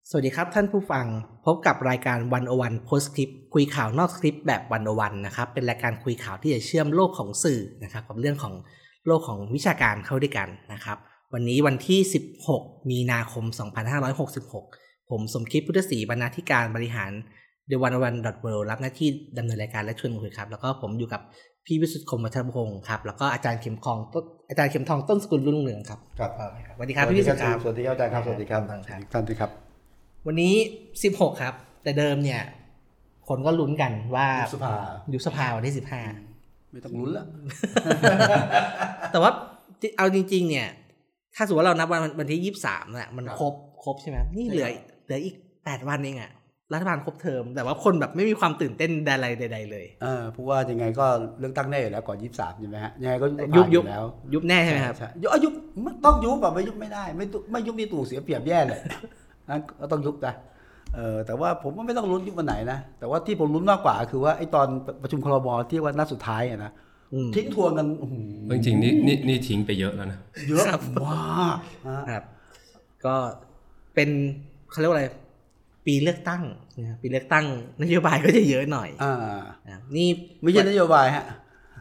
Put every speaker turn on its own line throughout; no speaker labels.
สวัสดีครับท่านผู้ฟังพบกับรายการ101 Post Script คุยข่าวนอกสคริปต์แบบ101นะครับเป็นรายการคุยข่าวที่จะเชื่อมโลกของสื่อนะครับกับเรื่องของโลกของวิชาการเข้าด้วยกันนะครับวันนี้วันที่16มีนาคม2566ผมสมคิดพุทธศรีบรรณาธิการบริหาร The 101.world รับหน้าที่ดำเนินรายการและชวนคุยครับแล้วก็ผมอยู่กับพี่วิสุทธิ์คมวัฒนพงศ์ครับแล้วก็อาจารย์เข็มทองต้นสกุลรุ่งเรืองครับ
ครับ
สวัสดีครับพี่วิสุทธิ์ครับ
สวัสดีครับอาจารย์ครับสวัสดีครับท่านครับ
วันนี้16ครับแต่เดิมเนี่ยคนก็ลุ้นกันว่ายุบสภาวันที่15
ไม่ต้องลุ้นละ
แต่ว่าเอาจริงๆเนี่ยถ้าสมมติว่าเรานับวันที่23น่ะมันครบใช่ไหมนี่เหลืออีก8วันเองอ่ะรัฐบาลครบเทอมแต่ว่าคนแบบไม่มีความตื่นเต้นใดๆเลย
เพราะว่ายังไงก็เลือกตั้งแน่อยู่แล้วก่อน23ใช่ไหมฮะยังไงก็
ยุบแล้วยุบแน่ใช่ไหมครับ
ยุบต้องยุบแบบไม่ยุบไม่ได้ไม่ยุบนี่ตู่เสียเปรียบแย่เลยนั้นก็ต้องยุบนะแต่ว่าผมว่าไม่ต้องลุ้นยุบวันไหนนะแต่ว่าที่ผมลุ้นมากกว่าคือว่าไอ้ตอนประชุมครม.ที่ว่านัดสุดท้ายอ่ะนะทิ้งทวนกัน
จริงๆนี่ทิ้งไปเยอะแล้วนะ
เยอะมาก
ครับก็เป็นเขาเรียกว่าอะไรปีเลือกตั้งปีเลือกตั้งนโยบายก็จะเยอะหน่อย
นี่ไม่ใช่นโยบายฮะ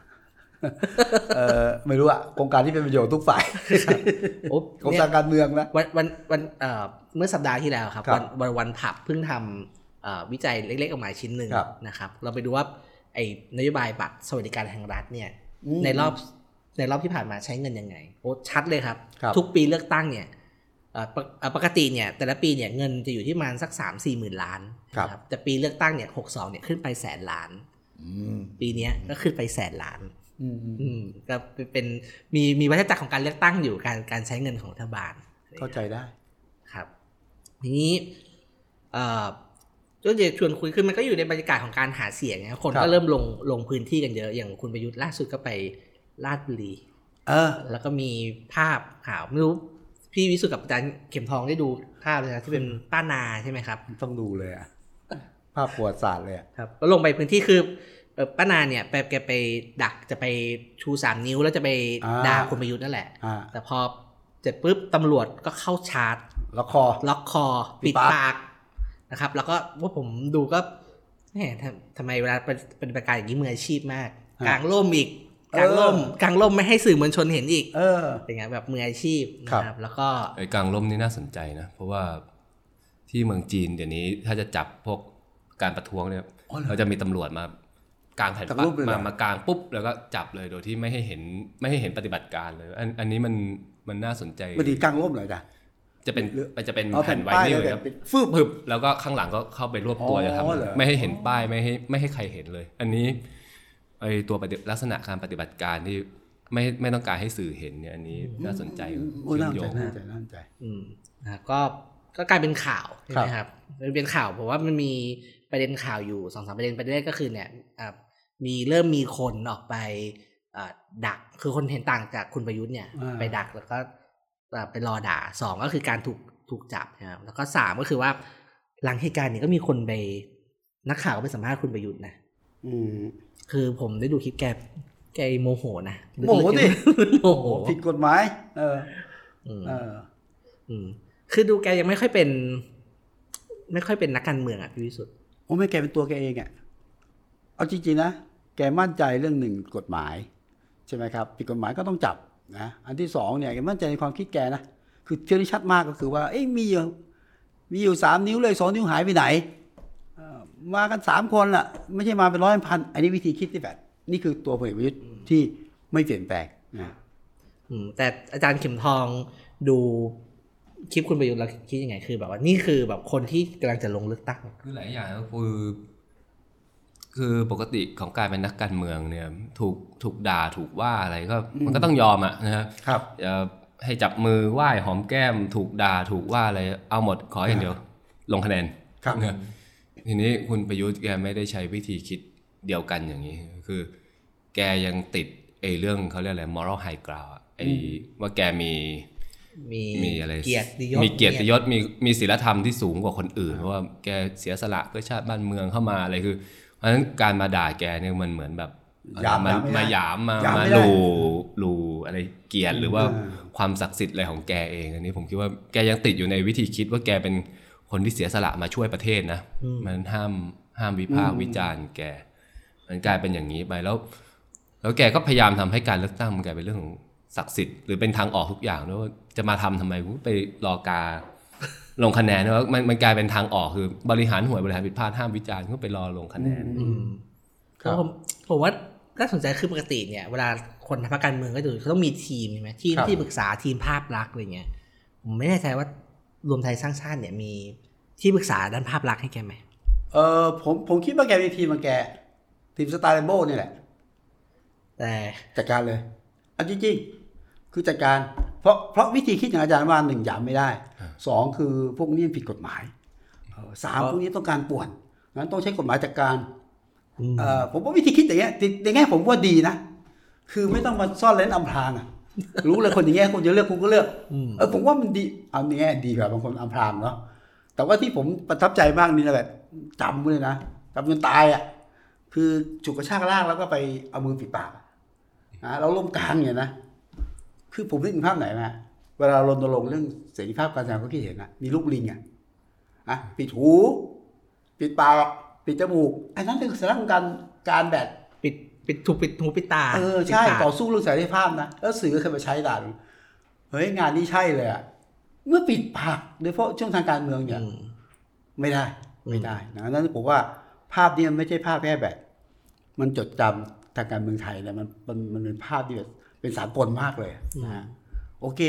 ไม่รู้อะโครงการที่เป็นประโยชน์ทุกฝ่ายโครงการการเมืองนะ
วันเมื่อสัปดาห์ที่แล้วครับวันผับเพิ่งทำวิจัยเล็กๆออกมาชิ้นหนึ่งนะครับเราไปดูว่าไอ้นโยบายบัตรสวัสดิการแห่งรัฐเนี่ยในรอบที่ผ่านมาใช้เงินยังไงโอ้ชัดเลยครับทุกปีเลือกตั้งเนี่ยปกติเนี่ยแต่ละปีเนี่ยเงินจะอยู่ที่ประมาณสัก 3-4 หมื่นล้านครับแต่ปีเลือกตั้งเนี่ย62เนี่ยขึ้นไปแสนล้านปีนี้ก็ขึ้นไปแสนล้านก็เป็นมีวัฏจักรของการเลือกตั้งอยู่การใช้เงินของรัฐบาล
เข้าใจได้
ครับทีนี้ก็จะชวนคุยขึ้นมันก็อยู่ในบรรยากาศของการหาเสียงนะคนก็เริ่มลงพื้นที่กันเยอะอย่างคุณประยุทธ์ล่าสุดก็ไปลาดบุรีแล้วก็มีภาพข่าวไม่รู้พี่วิสุทธิ์กับอาจารย์เข็มทองได้ดูภาพเลยนะที่เป็นป้านาใช่ไหมครับ
ต้องดูเลยอะภาพประวัติศาสตร์เลย
ครับก็ลงไปพื้นที่คือป้านาเนี่ยแกไปดักจะไปชู3นิ้วแล้วจะไปด่าคุณประยุทธ์นั่นแหละแต่พอเสร็จปุ๊บตำรวจก็เข้าชาร์จ
ล็อกคอ
ปิดปากนะครับแล้วก็ว่าผมดูก็แหมทำไมเวลาเป็นประกาศอย่างนี้มืออาชีพมากกลางร่มอีกกลางร่มไม่ให้สื่อมวลชนเห็นอีกเป็นไงแบบมืออาชีพนะครับแล้วก็
กลางร่มนี่น่าสนใจนะเพราะว่าที่เมืองจีนเดี๋ยวนี้ถ้าจะจับพวกการประท้วงเนี่ยเราจะมีตำรวจมากางแผ่นมากางปุ๊บแล้วก็จับเลยโดยที่ไม่ให้เห็นปฏิบัติการเลยอันนี้มันน่าสนใจ
มันดีกลางร่มเลยจ้ะ
จะเป็นแผ่นไวนิลครับฟึบแล้วก็ข้างหลังก็เข้าไปรวบตัวจะทำไม่ให้เห็นป้ายไม่ให้ใครเห็นเลยอันนี้ไอตัวลักษณะการปฏิบัติการที่ไม่ต้องการให้สื่อเห็นเนี่ยอันนี้น่าสนใจ
เชื่อมโยงน่าสนใจ
ก็กลายเป็นข่าวใช่ไหมครับเป็นข่าวเพราะว่ามันมีประเด็นข่าวอยู่ 2-3 ประเด็นแรกก็คือเนี่ยเริ่มมีคนออกไปดักคือคนเห็นต่างจากคุณประยุทธ์เนี่ยไปดักแล้วก็ไปรอด่า2ก็คือการถูกจับนะครับแล้วก็3ก็คือว่าหลังเหตุการณ์นี้ก็มีคนไปนักข่าวก็ไปสัมภาษณ์คุณประยุทธ์นะคือผมได้ดูคลิปแกโมโหนะ
โมโหดิโมโหผิดกฎหมาย
คือดูแกยังไม่ค่อยเป็นนักการเมืองอ่ะพี่วิสุทธิ์
โอ้ไม่แกเป็นตัวแกเองอ่ะเอาจริงๆนะแกมั่นใจเรื่อง1กฎหมายใช่ไหมครับผิดกฎหมายก็ต้องจับนะอันที่2เนี่ยแกมั่นใจในความคิดแกนะคือเชื่อที่ชัดมากก็คือว่ามีอยู่3นิ้วเลย2นิ้วหายไปไหนมากัน3คนล่ะไม่ใช่มาเป็นร้อยพันอันนี้วิธีคิดที่แบบนี่คือตัวพลเอกประยุทธ์ที่ไม่เปลี่ยนแปลงนะ
แต่อาจารย์เข็มทองดูคลิปคุณประยุทธ์แล้วคิดยังไงคือแบบว่านี่คือแบบคนที่กำลังจะลงเลือกตั้ง
คือหลายอย่างก็คือปกติของการเป็นนักการเมืองเนี่ยถูกด่าถูกว่าอะไรก็มันก็ต้องยอมอ่ะนะครับให้จับมือไหว้หอมแก้มถูกด่าถูกว่าอะไรเอาหมดขออย่างเดียวลงคะแนนทีนี้คุณประยุทธ์แกไม่ได้ใช้วิธีคิดเดียวกันอย่างนี้คือแกยังติดเรื่องเขาเรียกอะไร moral high ground ว่าแกมีอะไร
เกียร
ติยศมีศีลธรรมที่สูงกว่าคนอื่นเพราะว่าแกเสียสละเพื่อชาติบ้านเมืองเข้ามาอะไรคือเพราะฉะนั้นการมาด่าแกเนี่ยมันเหมือนแบบมาหยามมาลูอะไรเกียรติหรือว่าความศักดิ์สิทธิ์อะไรของแกเองอันนี้ผมคิดว่าแกยังติดอยู่ในวิธีคิดว่าแกเป็นคนที่เสียสละมาช่วยประเทศนะมันห้ามวิพากษ์วิจารณ์แกมันกลายเป็นอย่างนี้ไปแล้วแกก็พยายามทำให้การเลือกตั้งมันกลายเป็นเรื่องของศักดิ์สิทธิ์หรือเป็นทางออกทุกอย่างด้วยว่าจะมาทำไมไปรอกาลงคะแนนว่ามันกลายเป็นทางออกคือบริหารห่วยบริหารผิดพลาดห้ามวิจารณ์ก็ไปรอลงคะแนน
ผมว่าน่าสนใจคือปกติเนี่ยเวลาคนทำการเมืองก็ดูเขาต้องมีทีมใช่ไหมทีมที่ปรึกษาทีมภาพลักษณ์อะไรเงี้ยผมไม่แน่ใจว่ารวมไทยสร้างชาติเนี่ยมีที่ปรึกษาด้านภาพลักษณ์ให้แกไหม
ผมคิดว่าแกมีทีมของแกทีมสไตล์แลมโบ้นี่แหละ
แต่
จัดการเลยอันจริงๆคือจัดการเพราะวิธีคิดอย่างอาจารย์ว่า1หยามไม่ได้2คือพวกนี้ผิดกฎหมาย3พวกนี้ต้องการป่วนงั้นต้องใช้กฎหมายจัดการผมว่าวิธีคิดอย่างเงี้ยในแง่ผมว่าดีนะคือไม่ต้องมาซ่อนเร้นอำพรางรู้เลยคนอย่างเงี้ยคนจะเลือกคุณก็เลือกผมว่ามันดีเอาในแง่ดีกว่าบางคนอำพรางเนาะแต่ว่าที่ผมประทับใจมากนี่แหละจำเลยนะจำจนตายคือฉุกกระชากลากแล้วก็ไปเอามือปิดปากเราล้มกลางเนี่ยนะคือผมนึกถึงภาพไหนมาเวลารณรงค์เรื่องเสรีภาพการแสดงความคิดเห็นมีลูกลิงปิดหูปิดปากปิดจมูกไอ้นั้นคือสัญลักษณ์ของการแบบ
ปิดหูปิดตา
ใช่ต่อสู้เรื่องเสรีภาพนะแล้วสื่อก็เคยมาใช้ด่านเฮ้ยงานนี้ใช่เลยเมื่อปิดปากโดยเฉพาะช่วงทางการเมืองเนี่ยไม่ได้นะนั้นผมว่าภาพนี้มันไม่ใช่ภาพแค่แบบมันจดจำทางการเมืองไทยแต่มันเป็นภาพที่แบบเป็นสากลมากเลยนะโอเค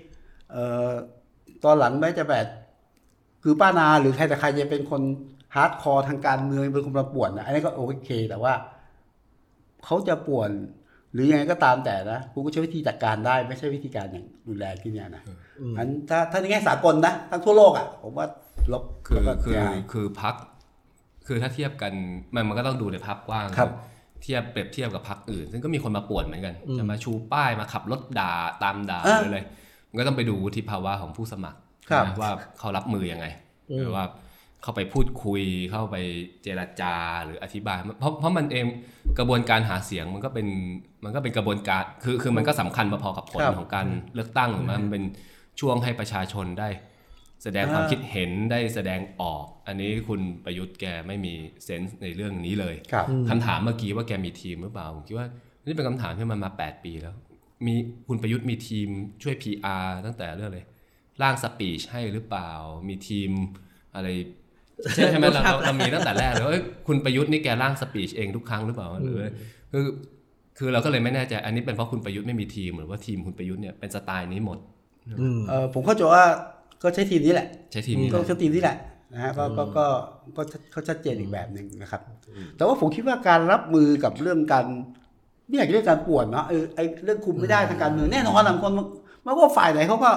ตอนหลังแม้จะแบบคือป้านาหรือใครแต่ใครจะเป็นคนฮาร์ดคอร์ทางการเมืองเป็นคนมาป่วนอันนี้ก็โอเคแต่ว่าเขาจะป่วนหรือยังไงก็ตามแต่นะกูก็ใช้วิธีจัดการได้ไม่ใช่วิธีการอย่างรุนแรงที่เนี่ยนะอันถ้าในแง่สากลนะทั้งทั่วโลกผมว่าลบ
คือพรรคคือถ้าเทียบกันมันก็ต้องดูในภาพกว้างเปรียบเทียบกับพรรคอื่นซึ่งก็มีคนมาป่วนเหมือนกันจะมาชูป้ายมาขับรถด่าตามด่าเลยมันก็ต้องไปดูวุฒิภาวะของผู้สมัครว่าเขารับมือยังไงหรือว่าเข้าไปพูดคุยเข้าไปเจรจาหรืออธิบายเพราะมันเองกระบวนการหาเสียงมันก็เป็นกระบวนการคือมันก็สำคัญพอๆกับผลของการเลือกตั้งหรือมันเป็นช่วงให้ประชาชนได้แสดงความคิดเห็นได้แสดงออกอันนี้คุณประยุทธ์แกไม่มีเซนส์ในเรื่องนี้เลยคำถามเมื่อกี้ว่าแกมีทีมหรือเปล่าผมคิดว่านี่เป็นคำถามที่มันมา8ปีแล้วมีคุณประยุทธ์มีทีมช่วย PR ตั้งแต่เรื่องเลยร่างสปีชให้หรือเปล่ามีทีมอะไรใช่ไหมเรามีตั้งแต่แรกเลยว่าคุณประยุทธ์นี่แกร่างสปีชเองทุกครั้งหรือเปล่าหรือคือเราก็เลยไม่แน่ใจอันนี้เป็นเพราะคุณประยุทธ์ไม่มีทีมหรือว่าทีมคุณประยุทธ์เนี่ยเป็นสไตล์นี้หมด
ผมเข้าใจว่าก็ใช้ทีมนี้แหละ
ใช้ทีมนี้
ก็ใช้ทีมนี้แหละนะฮะก็เขาชัดเจนอีกแบบนึงนะครับแต่ว่าผมคิดว่าการรับมือกับเรื่องการไม่อยากเรื่องการป่วนเนาะไอ้เรื่องคุมไม่ได้ทางการเมืองแน่นอนบางคนไม่ว่าฝ่ายไหนเขาก็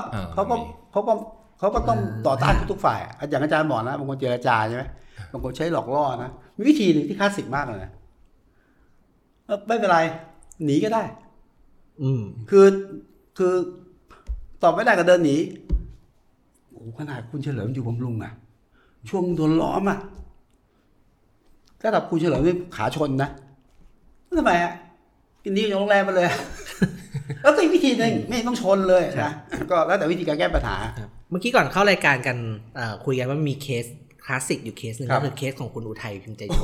ต้องต่อต้านทุกฝ่ายอย่างอาจารย์บอกนะบางคนเจรจาใช่ไหมบางคนใช้หลอกล่อนะมีวิธีหนึ่งที่คลาสสิกมากเลยนะไม่เป็นไรหนีก็ได้คือตอบไม่ได้ก็เดินหนีโอ้ขนาดคุณเฉลิมอยู่บำรุงช่วงโดนล้อมระดับคุณเฉลิมนี่ขาชนนะทำไมกินนี้จากโรงแรมมาเลยแล้วก็อีกวิธีนึงไม่ต้องชนเลยนะก็แล้วแต่วิธีการแก้ปัญหา
เมื่อกี้ก่อนเข้ารายการกันคุยกันว่ามีเคสคลาสสิกอยู่เคสนึงก็คือเคสของคุณอุทัยพิมพ์ใจยศ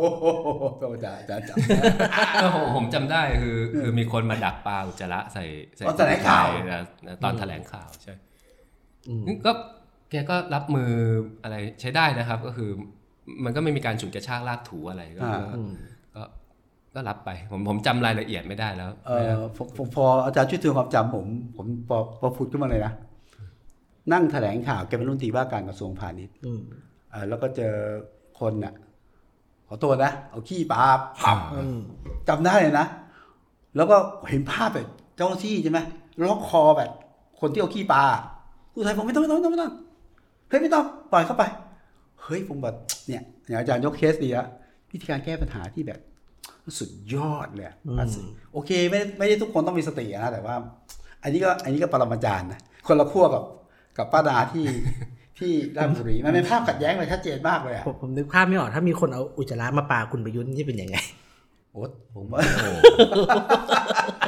ผมจำได้คือมีคนมาดักปลาอุจจาระใส่
แถลงข่าว
ตอนแถลงข่าวใช่ก็แกก็รับมืออะไรใช้ได้นะครับก็คือมันก็ไม่มีการฉุดกระชากลากถูอะไรก็รับไปผมจำรายละเอียดไม่ได้แล้ว
ผมพออาจารย์ช่วยเตือนความจำผมพอพูดขึ้นมาเลยนะนั่งแถลงข่าวแกเป็นรัฐมนตรีว่าการกระทรวงพาณิชย์แล้วก็เจอคนขอโทษนะเอาขี้ปลาผับจำได้เลยนะแล้วก็เห็นภาพแบบเจ้าหน้าที่ใช่ไหมล็อกคอแบบคนที่เอาขี้ปลาผู้ชายผมไม่ต้องเฮ้ยไม่ต้องปล่อยเข้าไปเฮ้ยผมแบบเนี่ยอาจารย์ยกเคสดีละวิธีการแก้ปัญหาที่แบบสุดยอดเลยโอเคไม่ได้ทุกคนต้องมีสตินะแต่ว่าอันนี้ก็ปรมาจารย์นะคนละขั้วกับป้าดาที่ราชบุรีมันเป็นภาพขัดแย้งเลยชัดเจนมากเลย
ผมนึกภาพไม่ออกถ้ามีคนเอาอุจจาระมาปาคุณประยุทธ์นี่เป็นยังไง
โอ๊ตผมว่า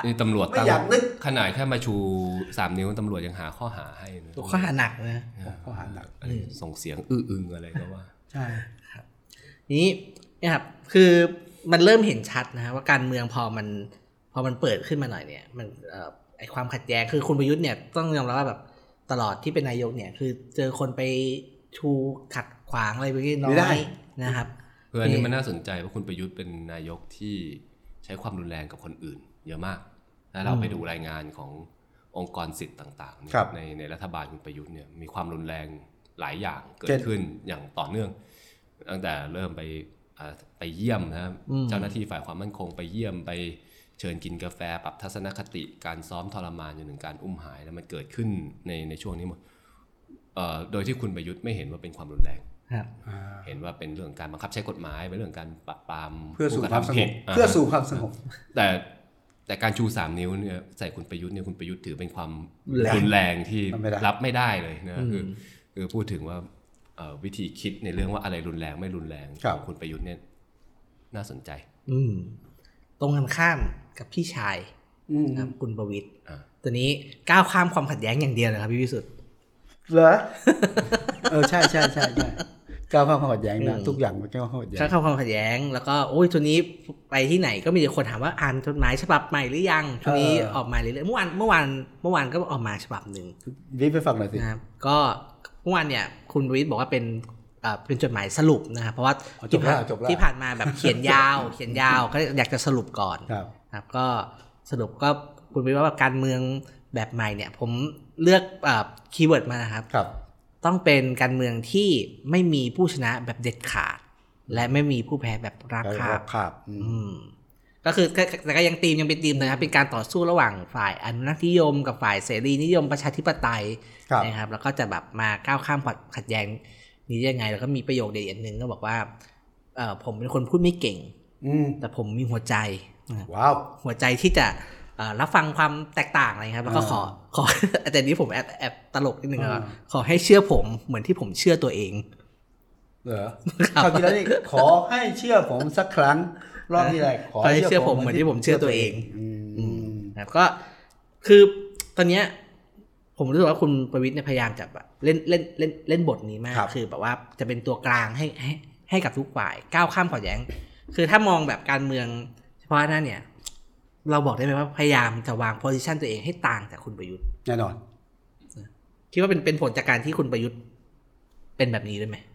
นี่ตำรวจ
ไม่อยากนึก
ขนาดแค่มาชู3 นิ้วตำรวจยังหาข้อหาให้นะ
ข้อหาหนักนะ
ข้อหาหนัก
ส่งเสียงอึ้งอะไรก็ว่า
ใช่
ครับนี้นะครับคือมันเริ่มเห็นชัดนะว่าการเมืองพอมันเปิดขึ้นมาหน่อยเนี่ยมันไอความขัดแย้งคือคุณประยุทธ์เนี่ยต้องยอมรับว่าแบบตลอดที่เป็นนายกเนี่ยคือเจอคนไปชูขัดขวางอะไรไปน้อยนะครับ
อันนี้มันน่าสนใจว่าคุณประยุทธ์เป็นนายกที่ใช้ความรุนแรงกับคนอื่นเยอะมากถ้าเราไปดูรายงานขององค์กรสิทธิ์ต่างๆในรัฐบาลคุณประยุทธ์เนี่ยมีความรุนแรงหลายอย่างเกิดขึ้นอย่างต่อเนื่องตั้งแต่เริ่มไปเยี่ยมนะครับเจ้าหน้าที่ฝ่ายความมั่นคงไปเยี่ยมไปเชิญกินกาแฟปรับทัศนคติการซ้อมทรมานจนถึงการอุ้มหายแล้วมันเกิดขึ้นในช่วงนี้หมดโดยที่คุณประยุทธ์ไม่เห็นว่าเป็นความรุนแรงเห็นว่าเป็นเรื่องการบังคับใช้กฎหมายเป็นเรื่องการปราบปราม
เพื่อสู่ความสงบเพื่อสู่ความสงบ
แต่การชู3 นิ้วเนี่ยใส่คุณประยุทธ์เนี่ยคุณประยุทธ์ถือเป็นความรุนแรงที่รับไม่ได้เลยนะคือพูดถึงว่าวิธีคิดในเรื่องว่าอะไรรุนแรงไม่รุนแรงของคุณประยุทธ์เนี่ยน่าสนใจ
ตรงกันข้ามกับพี่ชายครับคุณประวิตรตัวนี้ก้าวข้ามความขัดแย้งอย่างเดียวเลยครับพี่วิสุทธิ์
เหรอใช่ใช่ใช่ใช่ก้าวข้ามความขัดแย้งนะทุกอย่างมันก้าวข้ามความขัดแย้ง
ก้าวข้ามความขัดแย้งแล้วก็โอ้ยตัวนี้ไปที่ไหนก็มีแต่คนถามว่าอ่านจดหมายฉบับใหม่หรือยังตัวนี้ออกมาเรื่อยๆเมื่อวานก็ออกมาฉบับนึง
รีบไปฟังหน่อยสิ
นะครับก็เมื่อวานเนี่ยคุณประวิตรบอกว่าเป็นจดหมายสรุปนะครับเพราะว่าที่ผ่านมาแบบเขียนยาวก็อยากจะสรุปก่อนครับก็สรุปก็คุณประวิตรว่าการเมืองแบบใหม่เนี่ยผมเลือกคีย์เวิร์ดมานะครับต้องเป็นการเมืองที่ไม่มีผู้ชนะแบบเด็ดขาดและไม่มีผู้แพ้แบบราบคาบก็คือแต่ก็ยังเป็นทีมนะครับเป็นการต่อสู้ระหว่างฝ่ายอนุรักษ์นิยมกับฝ่ายเสรีนิยมประชาธิปไตยนะครับแล้วก็จะแบบมาก้าวข้ามความขัดแย้งนี้ยังไงแล้วก็มีประโยคเด็ดๆนึงก็บอกว่าผมเป็นคนพูดไม่เก่งแต่ผมมีหัวใจ
ว้าว
หัวใจที่จะรับฟังความแตกต่างอะไรครับแล้วก็ขอแต่นี้ผมแอบตลกนิดนึงครับขอให้เชื่อผมเหมือนที่ผมเชื่อตัวเอง
เหรอคราวที่แล้วนี่ขอให้เชื่อผมสักครั้งรอบนี้อะไร
ขอให้เชื่อผมเหมือนที่ผมเชื่อตัวเองนะก็คือตอนเนี้ยผมรู้สึกว่าคุณประวิตรเนี่ยพยายามจะแบบเล่นบทนี้มากคือแบบว่าจะเป็นตัวกลางให้กับทุกฝ่ายก้าวข้ามขัดแย้งคือถ้ามองแบบการเมืองเฉพาะหน้าเนี่ยเราบอกได้ไหมว่าพยายามจะวางโพสิชันตัวเองให้ต่างจากคุณประยุทธ์
แน่นอน
คิดว่าเป็นผลจากการที่คุณประยุทธ์เป็นแบบนี้ได้ไหม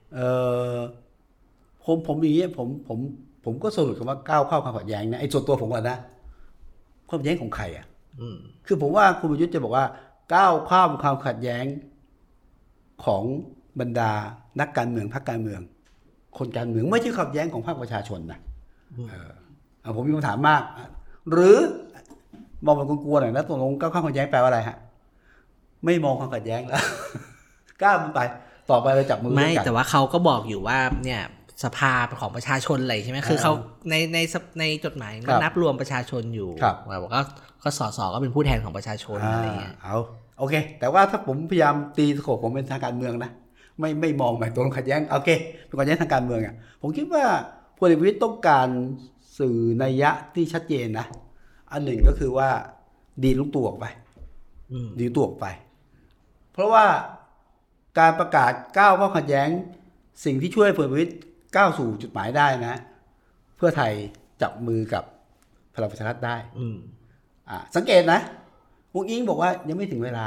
ผมอย่างนี้ผมก็สรุปคำว่าก้าวเข้าความขัดแย้งนะไอ้ส่วนตัวผมก่อนนะความขัดแย้งของใครอ่ะคือผมว่าคุณประยุทธ์จะบอกว่าก้าวข้ามความขัดแย้งของบรรดานักการเมืองพรรคการเมืองคนการเมืองไม่ใช่ขัดแย้งของภาคประชาชนนะผมมีคำถามมากหรือมองเป็นกลัวๆหน่อยนะตกลงก้าวข้ามความขัดแย้งแปลว่าอะไรฮะไม่มองความขัดแย้งแล้วก้าวมันไปต่อไปเราจับมือ
ไม่แต่ว่าเขาก็บอกอยู่ว่าเนี่ยสภาเป็นของประชาชนเลยใช่ไหมคือเขาในจดหมายก็นับรวมประชาชนอยู่บอกว่าก็สสก็เป็นผู้แทนของประชาชนอะไรเงี้ย
โอเคแต่ว่าถ้าผมพยายามตีสโคปผมเป็นทางการเมืองนะไม่มองแบบตัวขัดแย้งโอเคเป็นขัดแย้งทางการเมืองอ่ะผมคิดว่าพลเอกประวิตรต้องการสื่อนัยยะที่ชัดเจนนะอันหนึ่งก็คือว่าดีลุกตัวออกไปดีตัวออกไปเพราะว่าการประกาศก้าวเข้าขัดแย้งสิ่งที่ช่วยพลเอกประวิตรก้าวสู่จุดหมายได้นะเพื่อไทยจับมือกับพลังประชารัฐได้สังเกตนะอุ๊งอิ๊งบอกว่ายังไม่ถึงเวลา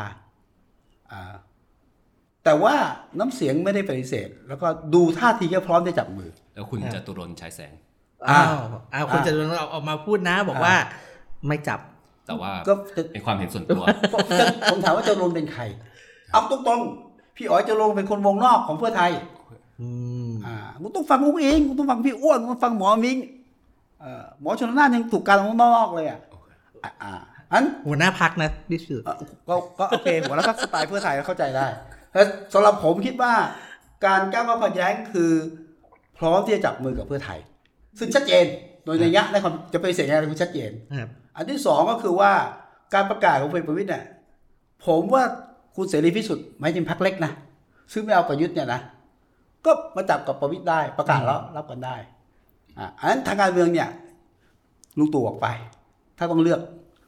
แต่ว่าน้ำเสียงไม่ได้ปฏิเสธแล้วก็ดูท่าทีก็พร้อมจะจับมือ
แล้วคุณจตุรนต์ฉายแสง
คุณจตุรนต์ออกมาพูดนะบอกว่าไม่จับ
แต่ว่าเป็นความเห็นส่วนตัว
ผมถามว่าจตุรนต์เป็นใครเอาตรงๆพี่อ๋อยจตุรนต์เป็นคนวงนอกของเพื่อไทยคุณต้องฟังอุ๊งอิ๊งคุณต้องฟังพี่อ้วนคุณต้องฟังหมอมิงหมอชลน่านยังถูกการวงนอกเลยอัน
หัวหน้าพรรคนะดิสุด
ก็โอเคหัวหน้าพรรคสไตล์เพื่อไทยเข้าใจได้แต่สำหรับผมคิดว่าการก้าวเข้าขัดแย้งคือพร้อมที่จะจับมือกับเพื่อไทยซึ่งชัดเจนโดยนัยยะในความจะไปเสียงอะไรคุณชัดเจนอันที่สองก็คือว่าการประกาศของพลเอกประวิตรเนี่ยผมว่าคุณเสรีพิสุทธิ์ไม่ใช่พรรคเล็กนะซึ่งไม่เอาประยุทธ์เนี่ยนะก็มาจับกับประวิตรได้ประกาศแล้วรับกันได้อันนั้นทางการเมืองเนี่ยลุงตู่ออกไปถ้าต้องเลือก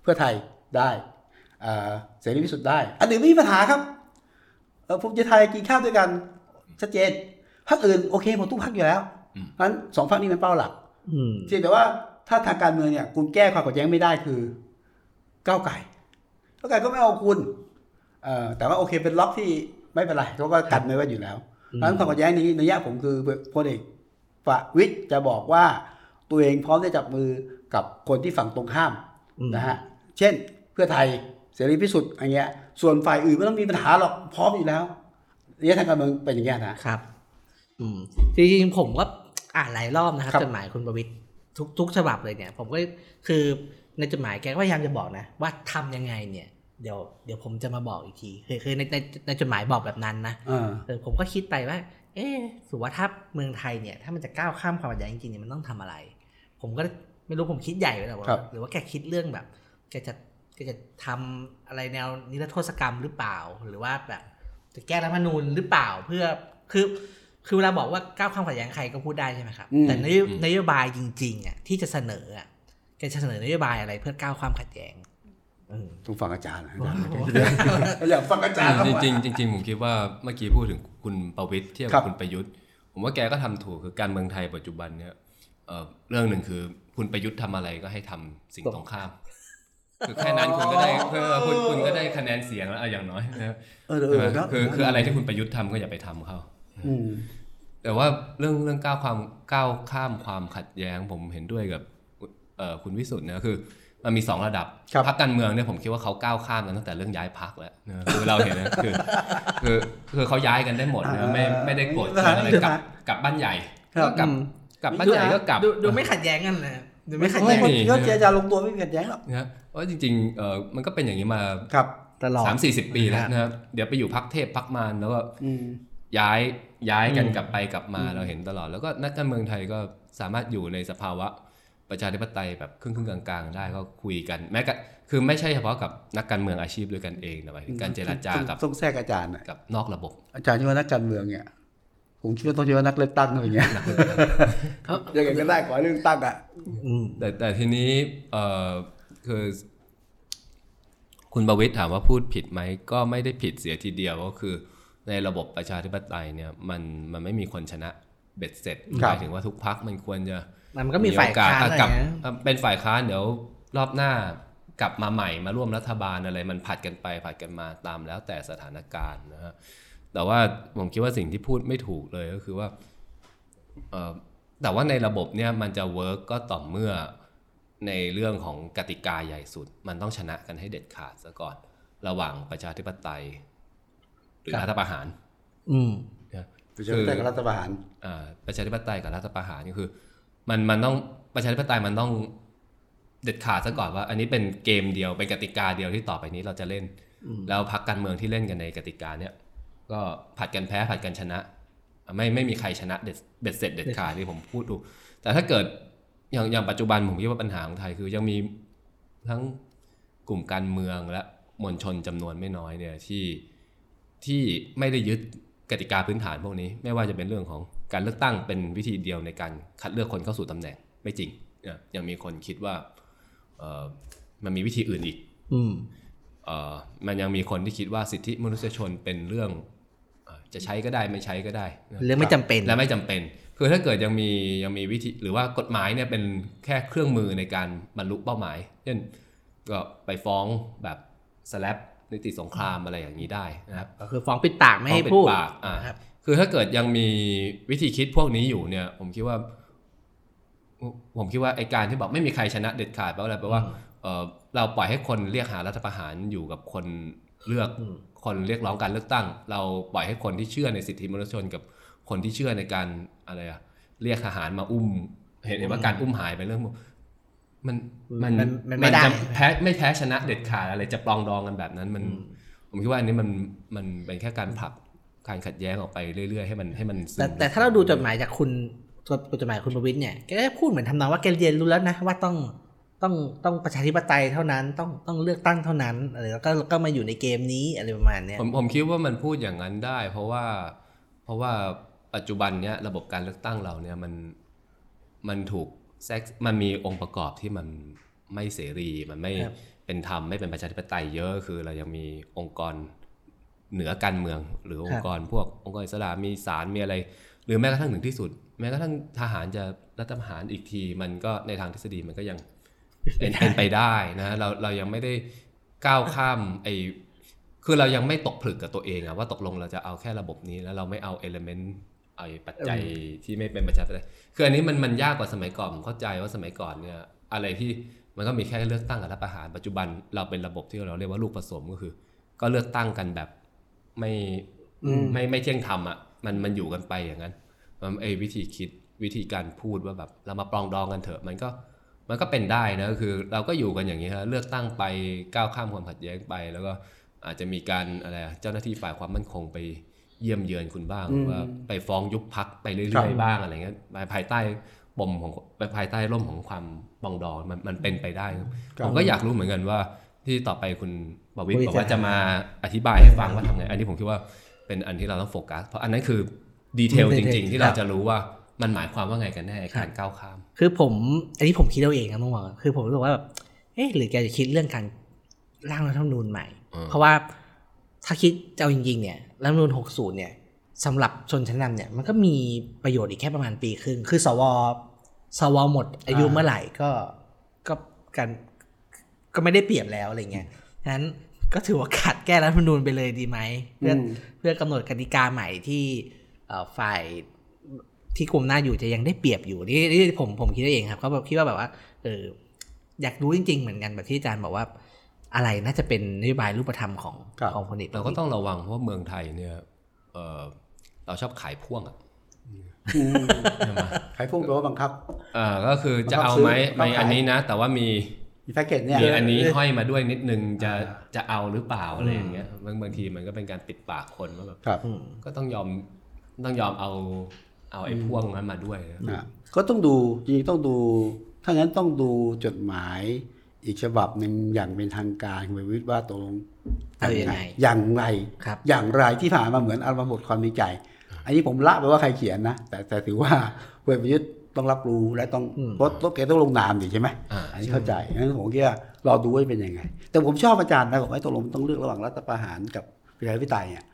เพื่อไทยได้เสรีพิสุทธิ์ได้อันอื่นไม่มีปัญหาครับภูมิใจไทยกินข้าวด้วยกันชัดเจนพรรคอื่นโอเคหมดทุกพรรคอยู่แล้วงั้น2พรรคนี้เป็นเป้าหลักเพียงแต่ว่าถ้าทางการเมืองเนี่ยคุณแก้ความขัดแย้งไม่ได้คือก้าวไกลก็ไม่เอาคุณแต่ว่าโอเคเป็นล็อกที่ไม่เป็นไรเขาก็กันไม่ไว้อยู่แล้วงั้นความขัดแย้งนี้ในระยะผมคือพลเอกประวิตรจะบอกว่าตัวเองพร้อมจะจับมือกับคนที่ฝั่งตรงข้ามนะฮะเช่นเพื่อไทยเสรีพิสุทธิ์อะไรเงี้ยส่วนฝ่ายอื่นไม่ต้องมีปัญหาหรอกพร้อมอยู่แล้วระยะทางการเมืองเป็นอย่างเงี้ยนะครับ
จริงๆผมก็อ่านหลายรอบนะครับจดหมายคุณประวิตรทุกฉบับเลยเนี่ยผมก็คือในจดหมายแกก็พยายามจะบอกนะว่าทำยังไงเนี่ยเดี๋ยวผมจะมาบอกอีกทีคือในจดหมายบอกแบบนั้นนะผมก็คิดไปว่าสุว่าถ้าเมืองไทยเนี่ยถ้ามันจะก้าวข้ามความขัดแย้งจริงๆเนี่ยมันต้องทำอะไรผมก็ไม่รู้ผมคิดใหญ่ไปแล้วหรือว่าแกคิดเรื่องแบบแกจะทำอะไรแนวนิรโทษกรรมหรือเปล่าหรือว่าแบบจะแก้รัฐธรรมนูญหรือเปล่าเพื่อคือเวลาบอกว่าก้าวข้ามขัดแย้งใครก็พูดได้ใช่ไหมครับแต่นโยบายจริงๆอ่ะที่จะเสนออ่ะแกจะเสนอนโยบายอะไรเพื่อก้าวข้ามขัดแย้ง
ต้องฟังอาจารย์อยากฟังอาจารย์
จริงผมคิดว่าเมื่อกี้พูดถึงคุณประวิตรเทียบกับคุณประยุทธ์ผมว่าแกก็ทำถูกคือการเมืองไทยปัจจุบันเนี่ยเรื่องหนึ่งคือคุณประยุทธ์ทำอะไรก็ให้ทำสิ่งตรงข้ามคือแค่นั้นคุณก็ได้คุณก็ได้คะแนนเสียงแล้วอย่างน้อยนะคืออะไรที่คุณประยุทธ์ทำก็อย่าไปทำเขาแต่ว่าเรื่องก้าวข้ามความขัดแย้งผมเห็นด้วยกับคุณวิสุทธิ์นะคือมันมี2ระดับพรรคการเมืองเนี่ยผมคิดว่าเขาก้าวข้ามกันตั้งแต่เรื่องย้ายพรรคแล้วนะคือเราเห็นนะคือเขาย้ายกันได้หมดนะไม่ได้โกรธอะไรกับบ้านใหญ่ก็กับบ้านใหญ่ก็กลับ
ดูไม่ขัดแย้งกันเลยดูไม่ขัดแย้ง
ก็เจรจาลงตัวไม่ขัดแย้งหรอก
นะเพราะจริงๆมันก็เป็นอย่างนี้มา
ตลอด
30-40 ปีแล้วนะครับเดี๋ยวไปอยู่พรรคเทพพรรคมารแล้วก็ย้ายกันกลับไปกลับมาเราเห็นตลอดแล้วก็นักการเมืองไทยก็สามารถอยู่ในสภาวะประชาธิปไตยแบบครึ่งกลางๆได้ก็คุยกันแม้ก็คือไม่ใช่เฉพาะกับนักการเมืองอาชีพด้วยกันเองนะหมายถึงการเจรจากับ
ต้องแทรกอาจารย์
กับนอกระบบ
อาจารย์ที่ว่านักการเมืองเนี่ยผมคิดว่าต้องเชื่อว่านักเลือกตั้งอะไรเงี้ยยังไงก็ได้ขอเรื่องตั้งอ่ะ
แต่ทีนี้คือคุณประวิตรถามว่าพูดผิดไหมก็ไม่ได้ผิดเสียทีเดียวก็คือในระบบประชาธิปไตยเนี่ยมันไม่มีคนชนะเบ็ดเสร็จหมายถึงว่าทุกพรรคมันควรจะ
มันก็มีฝ่ายค้าน
กับเป็นฝ่ายค้านเดี๋ยวรอบหน้ากลับมาใหม่มาร่วมรัฐบาลอะไรมันผัดกันไปผัดกันมาตามแล้วแต่สถานการณ์นะฮะแต่ว่าผมคิดว่าสิ่งที่พูดไม่ถูกเลยก็คือว่าแต่ว่าในระบบเนี่ยมันจะเวิร์กก็ต่อเมื่อในเรื่องของกติกาใหญ่สุดมันต้องชนะกันให้เด็ดขาดซะก่อนระหว่างประชาธิปไตยหรือรัฐประหาร
ประชาธิปไตยกับรัฐประหาร
ประชาธิปไตยกับรัฐประหารนี่คือมันต้องประชาธิปไตยมันต้องเด็ดขาดซะก่อนว่าอันนี้เป็นเกมเดียวเป็นกติกาเดียวที่ต่อไปนี้เราจะเล่นแล้วพรรคการเมืองที่เล่นกันในกติกาเนี้ยก็ผัดกันแพ้ผัดกันชนะไม่มีใครชนะเบ็ดเสร็จเด็ดขาดที่ผมพูดถูกแต่ถ้าเกิดอย่างปัจจุบันผมคิดว่าปัญหาของไทยคือยังมีทั้งกลุ่มการเมืองและมวลชนจำนวนไม่น้อยเนี่ยที่ไม่ได้ยึดกติกาพื้นฐานพวกนี้ไม่ว่าจะเป็นเรื่องของการเลือกตั้งเป็นวิธีเดียวในการคัดเลือกคนเข้าสู่ตำแหน่งไม่จริงยังมีคนคิดว่ามันมีวิธีอื่นอีกมันยังมีคนที่คิดว่าสิทธิมนุษยชนเป็นเรื่องจะใช้ก็ได้ไม่ใช้ก็ได้
เรื่องไม่จำเป็น
และไม่จำเป็นคือถ้าเกิดยังมีวิธีหรือว่ากฎหมายเนี่ยเป็นแค่เครื่องมือในการบรรลุเป้าหมายเช่นก็ไปฟ้องแบบสแลปนิติสงครามอะไรอย่างนี้ได้นะครับ
ก็คือฟ้องปิดปากไม่ให้พูด
คือถ้าเกิดยังมีวิธีคิดพวกนี้อยู่เนี่ยผมคิดว่าไอ้การที่บอกไม่มีใครชนะเด็ดขาดแปลว่าอะไรแปลว่าเราปล่อยให้คนเรียกหารัฐประหารอยู่กับคนเลือกคนเรียกร้องการเลือกตั้งเราปล่อยให้คนที่เชื่อในสิทธิมนุษยชนกับคนที่เชื่อในการอะไรเรียกทหารมาอุ้มเห็นว่าการอุ้มหายเป็นเรื่องมัน
ไม่ได้
ไม่แพ้ชนะเด็ดขาดอะไรจะปลองดองกันแบบนั้นผมคิดว่าอันนี้มันเป็นแค่การผลักการขัดแย้งออกไปเรื่อยๆให้มัน
แต่ถ้าเราดูจดหมายจากจดหมายคุณประวิตรเนี่ยแกได้พูดเหมือนทำนองว่าแกเรียนรู้แล้วนะว่าต้องประชาธิปไตยเท่านั้นต้องเลือกตั้งเท่านั้นอะไรแล้วก็มาอยู่ในเกมนี้อะไรประมาณนี้
ผมคิดว่ามันพูดอย่างนั้นได้เพราะว่าปัจจุบันเนี้ยระบบการเลือกตั้งเราเนี่ยมันถูกมันมีองค์ประกอบที่มันไม่เสรีมันเป็นธรรมไม่เป็นประชาธิปไตยเยอะคือเรายังมีองค์กรเหนือการเมืองหรือองค์กรพวกองค์กรอิสระมีศาลมีอะไรหรือแม้กระทั่งถึงที่สุดแม้กระทั่งทหารจะรัฐประหารอีกทีมันก็ในทางทฤษฎีมันก็ยังเป็นไปได้นะเรายังไม่ได้ก้าวข้ามคือเรายังไม่ตกผลึกกับตัวเองอะว่าตกลงเราจะเอาแค่ระบบนี้แล้วเราไม่เอาเอลิเมนต์ปัจจัยที่ไม่เป็นประชาธิปไตยคืออันนี้มันยากกว่าสมัยก่อนผมเข้าใจว่าสมัยก่อนเนี่ยอะไรที่มันก็มีแค่เลือกตั้งกับรัฐประหารปัจจุบันเราเป็นระบบที่เราเรียกว่าลูกผสมก็คือก็เลือกตั้งกันแบบไม่เที่ยงธรรมอ่ะมันอยู่กันไปอย่างนั้นวิธีคิดวิธีการพูดว่าแบบเรามาปรองดองกันเถอะมันก็เป็นได้นะคือเราก็อยู่กันอย่างนี้ครับเลือกตั้งไปก้าวข้ามความขัดแย้งไปแล้วก็อาจจะมีการอะไรเจ้าหน้าที่ฝ่ายความมั่นคงไปเยี่ยมเยือนคุณบ้างว่าไปฟ้องยุบพรรคไปเรื่อยๆบ้างอะไรเงี้ยภายใต้ปมของภายใต้ร่มของความปรองดองมันเป็นไปได้ผมก็อยากรู้เหมือนกันว่าที่ต่อไปคุณบวิตรบอกว่าจะมาอธิบายให้ฟังว่าทำไงอันนี้ผมคิดว่าเป็นอันที่เราต้องโฟกัสเพราะอันนั้นคือดีเทลจริงๆที่เราจะรู้ว่ามันหมายความว่าไงกันแน่การก้าวข้าม
คืออันนี้ผมคิดเอาเองนะต้องบอกคือผมรู้สึกว่าแบบหรือแกจะคิดเรื่องการร่างรัฐธรรมนูญใหม่เพราะว่าถ้าคิดเอาจริงๆเนี่ยรัฐธรรมนูญ60เนี่ยสำหรับชนชั้นนำเนี่ยมันก็มีประโยชน์อีกแค่ประมาณปีครึ่งคือสวหมดอายุเมื่อไหร่ก็ไม่ได้เปรียบแล้วอะไรเงี้ยฉะนั้นก็ถือว่าขัดแก้รัฐธรรมนูญไปเลยดีไหมเพื่อกำหนดกติกาใหม่ที่ฝ่ายที่กลุ่มหน้าอยู่จะยังได้เปรียบอยู่นี่ผมคิดเองครับก็แบบคิดว่าแบบว่าอยากรู้จริงๆเหมือนกันแบบที่อาจารย์บอกว่าอะไรน่าจะเป็นนโยบายรูปธรรมของพลเอก
เราก็ต้องระวังเพราะว่าเมืองไทยเนี่ยเราชอบขายพ่วงอ่ะ
ขายพ่วงแปลว่าบังคับ
ก็คือจะเอาไหมไม่อันนี้นะแต่ว่ามี
แพ็กเกจเนี่ย
มีอันนี้ห้อยมาด้วยนิดนึงจะเอาหรือเปล่าอะไรอย่างเงี้ยบางทีมันก็เป็นการปิดปากคนว่าแบบก็ต้องยอมเอาไอ้พ่วงนั้นมาด้วย
ก็ต้องดูจริงต้องดูถ้างั้นต้องดูจดหมายอีกฉบับหนึ่งอย่างเป็นทางการคุณวิทย์ว่าตรงอย่างไรที่ผ่านมาเหมือนอัลบั้มบทความวิจัยอันนี้ผมละไปว่าใครเขียนนะแต่ถือว่าคุณวิทย์ต้องรับรู้และต้องรถแกต้องลงนามดิใช่ไหมอันนี้เข้าใจงั้นผมคิดว่ารอดูว่าเป็นยังไงแต่ผมชอบอาจารย์นะบอกว่าตกลงต้องเลือกระหว่างรัฐประหารกับประชาธิปไตยเนี่ย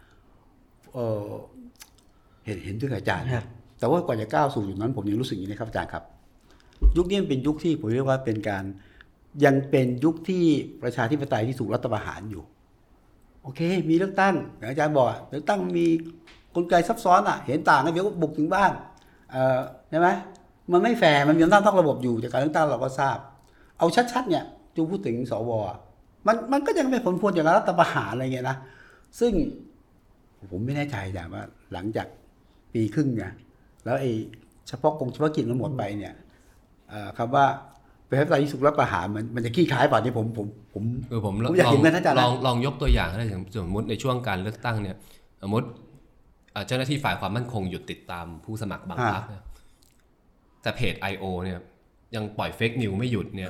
เห็นด้วยกับอาจารย์แต่ว่ากว่าจะก้าวสู่จุดนั้นผมยังรู้สึกอย่างนี้นะครับอาจารย์ครับยุคนี้เป็นยุคที่ผมเรียกว่าเป็นการยังเป็นยุคที่ประชาธิปไตยที่ถูกรัฐประหารอยู่โอเคมีเลือกตั้งอาจารย์บอกเลือกตั้งมีกลไกซับซ้อนเห็นต่างกันเดี๋ยวก็บุกถึงบ้านใช่ไหมมันไม่แฟร์มันมีอำนาจนอกระบบอยู่จากการเลือกตั้งเราก็ทราบเอาชัดๆเนี่ยจูพูดถึงสวมันก็ยังเป็นผลพวงจากรัฐประหารอะไรเงี้ยนะซึ่งผมไม่แน่ใจแต่ว่าหลังจากปีครึ่งเนี่ยแล้วเฉพาะกองเฉพาะกิจมันหมดไปเนี่ยคำว่าประชาธิปไตยที่ถูกรัฐประหารมันจะขี้คล้ายป่ะที่ผมอยากเห็นกันท่านอาจารย์
ลองยกตัวอย่างให้สมมติในช่วงการเลือกตั้งเนี่ยสมมติเจ้าหน้าที่ฝ่ายความมั่นคงหยุดติดตามผู้สมัครบางพรรคแต่เพจ I.O. เนี่ยยังปล่อยเฟกนิวไม่หยุดเนี่ย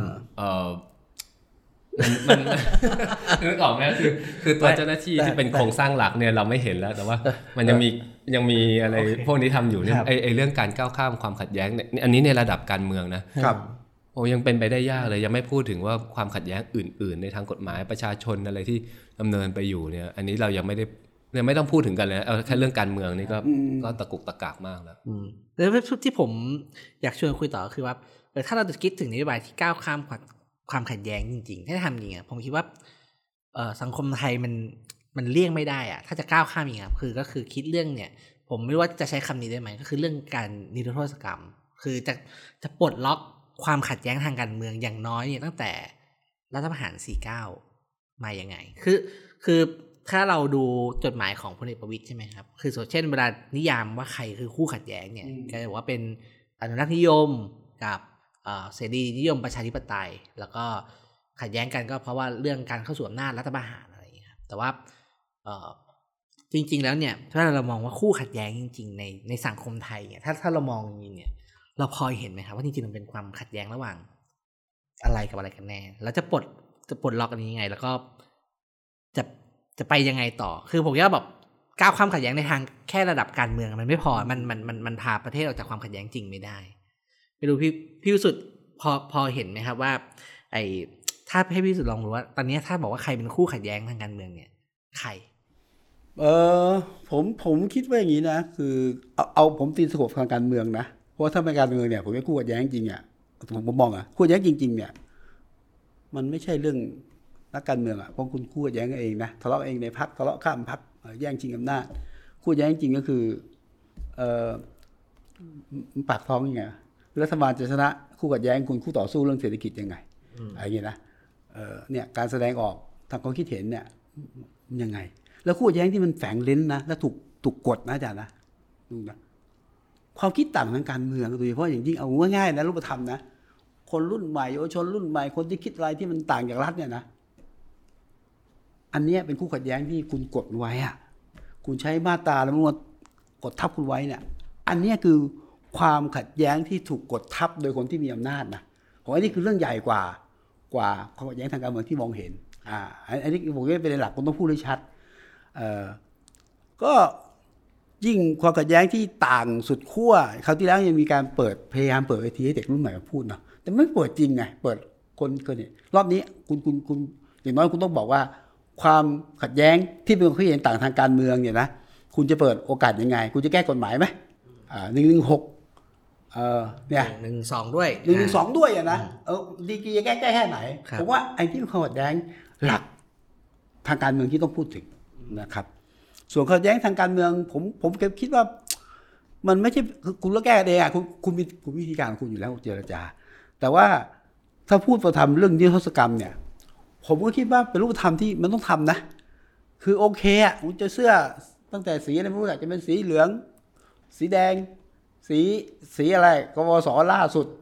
มันนึกออกไหมคือตัวเจ้าหน้าที่ที่เป็นโครงสร้างหลักเนี่ยเราไม่เห็นแล้วแต่ว่ามันยังมีอะไรพวกนี้ทำอยู่เนี่ยไอเรื่องการก้าวข้ามความขัดแย้งเนี่ยอันนี้ในระดับการเมืองนะครับโอ้ยังเป็นไปได้ยากเลยยังไม่พูดถึงว่าความขัดแย้งอื่นๆในทางกฎหมายประชาชนอะไรที่ดำเนินไปอยู่เนี่ยอันนี้เรายังไม่ต้องพูดถึงกันเลยแค่เรื่องการเมืองนี่ก็ตะกุกตะกากมากแล้ว
แล้วที่ผมอยากชวนคุยต่อคือว่าถ้าเราจะคิดถึงนโยบายที่ก้าวข้ามความขัดแย้งจริงๆถ้าทำจริงผมคิดว่าสังคมไทยมันเลี่ยงไม่ได้ถ้าจะก้าวข้ามจริงก็คือคิดเรื่องเนี่ยผมไม่รู้ว่าจะใช้คำนี้ได้ไหมก็คือเรื่องการนิรโทษกรรมคือจะปลดล็อกความขัดแย้งทางการเมืองอย่างน้อยเนี่ยตั้งแต่รัฐประหาร49มายังไงคือถ้าเราดูจดหมายของพลเอกประวิตรใช่ไหมครับคือเช่นเวลานิยามว่าใครคือคู่ขัดแย้งเนี่ยก็จะบอกว่าเป็นอนุรักษ์นิยมกับเสรีนิยมประชาธิปไตยแล้วก็ขัดแย้งกันก็เพราะว่าเรื่องการเข้าสู่อำนาจรัฐประหารอะไรอย่างเงี้ยครับแต่ว่าจริงๆแล้วเนี่ยถ้าเรามองว่าคู่ขัดแย้งจริงๆในสังคมไทยเนี่ยถ้าเรามองจริงๆเนี่ยเราพอเห็นไหมครับว่าจริงๆมันเป็นความขัดแย้งระหว่างอะไรกับอะไรกันแน่แล้วจะปลดล็อกอันนี้ยังไงแล้วก็จะไปยังไงต่อคือผมว่าแบบก้าวข้ามขัดแย้งในทางแค่ระดับการเมืองมันไม่พอมันพาประเทศออกจากความขัดแย้งจริงไม่ได้ไม่รู้พี่สุดพอเห็นไหมครับว่าถ้าให้พี่สุดลองดูว่าตอนนี้ถ้าบอกว่าใครเป็นคู่ขัดแย้งทางการเมืองเนี่ยใคร
ผมคิดว่าอย่างนี้นะคือเอาผมตีสโคปทางการเมืองนะเพราะถ้าเป็นการเมืองเนี่ยผมไม่คู่ขัดแย้งจริงอ่ะผมมองอ่ะคู่ขัดแย้งจริงๆเนี่ยมันไม่ใช่เรื่องนักการเมืองอ่ะเพราะคุณคู่ขัดแย้งเองนะทะเลาะเองในพรรคทะเลาะข้ามพรรคแย่งชิงอำนาจคู่ขัดแย้งจริงก็คือปากท้องยังไงรัฐบาลจะชนะคู่ขัดแย้งคุณคู่ต่อสู้เรื่องเศรษฐกิจยังไงอะไรอย่างเงี้ยนะเนี่ยการแสดงออกทางความคิดเห็นเนี่ยยังไงแล้วคู่ขัดแย้งที่มันแฝงเลนนะและถูกกดนะอาจารย์นะดูนะความคิดต่างทางการเมืองโดยเฉพาะอย่างยิ่งเอาง่ายๆนะรูปธรรมนะคนรุ่นใหม่เยาวชนรุ่นใหม่คนที่คิดอะไรที่มันต่างจากรัฐเนี่ยนะอันนี้เป็นคู่ขัดแย้งที่คุณกดไว้อะคุณใช้มาตราแล้วมันกดทับคุณไว้เนี่ยอันนี้คือความขัดแย้งที่ถูกกดทับโดยคนที่มีอำนาจนะผมว่านี่คือเรื่องใหญ่กว่าความขัดแย้งทางการเมืองที่มองเห็นอันนี้ผมว่าเป็นหลักคุณต้องพูดให้ชัดก็ยิ่งความขัดแย้งที่ต่างสุดขั้วคราวที่แล้วยังมีการพยายามเปิดเวทีให้เด็กรุ่นใหม่มาพูดเนาะแต่ไม่เปิดจริงไงเปิดคนเนี่ยรอบนี้คุณอย่างน้อยคุณต้องบอกว่าความขัดแย้งที่เป็นความคิดเห็นต่างทางการเมืองเนี่ยนะคุณจะเปิดโอกาสยังไงคุณจะแก้กฎหมายไหม116เนี่ย
112ด้วย
112ด้วยนะดีกรีจะแก้แค่ไหนผมว่าไอ้ที่เป็นความขัดแย้งหลักทางการเมืองที่ต้องพูดถึงนะครับส่วนขัดแย้งทางการเมืองผมคิดว่ามันไม่ใช่คุณแล้วแก้เองอ่ะคุณมีวิธีการของคุณอยู่แล้วเจรจาแต่ว่าถ้าพูดประทำเรื่องนิรโทษกรรมเนี่ยผมก็คิดว่าเป็นรูปธรรมที่มันต้องทำนะคือโอเคอ่ะคุณจะเสื้อตั้งแต่สีอะไรไม่รู้แหละจะเป็นสีเหลืองสีแดงสีอะไรกวสล่าสุด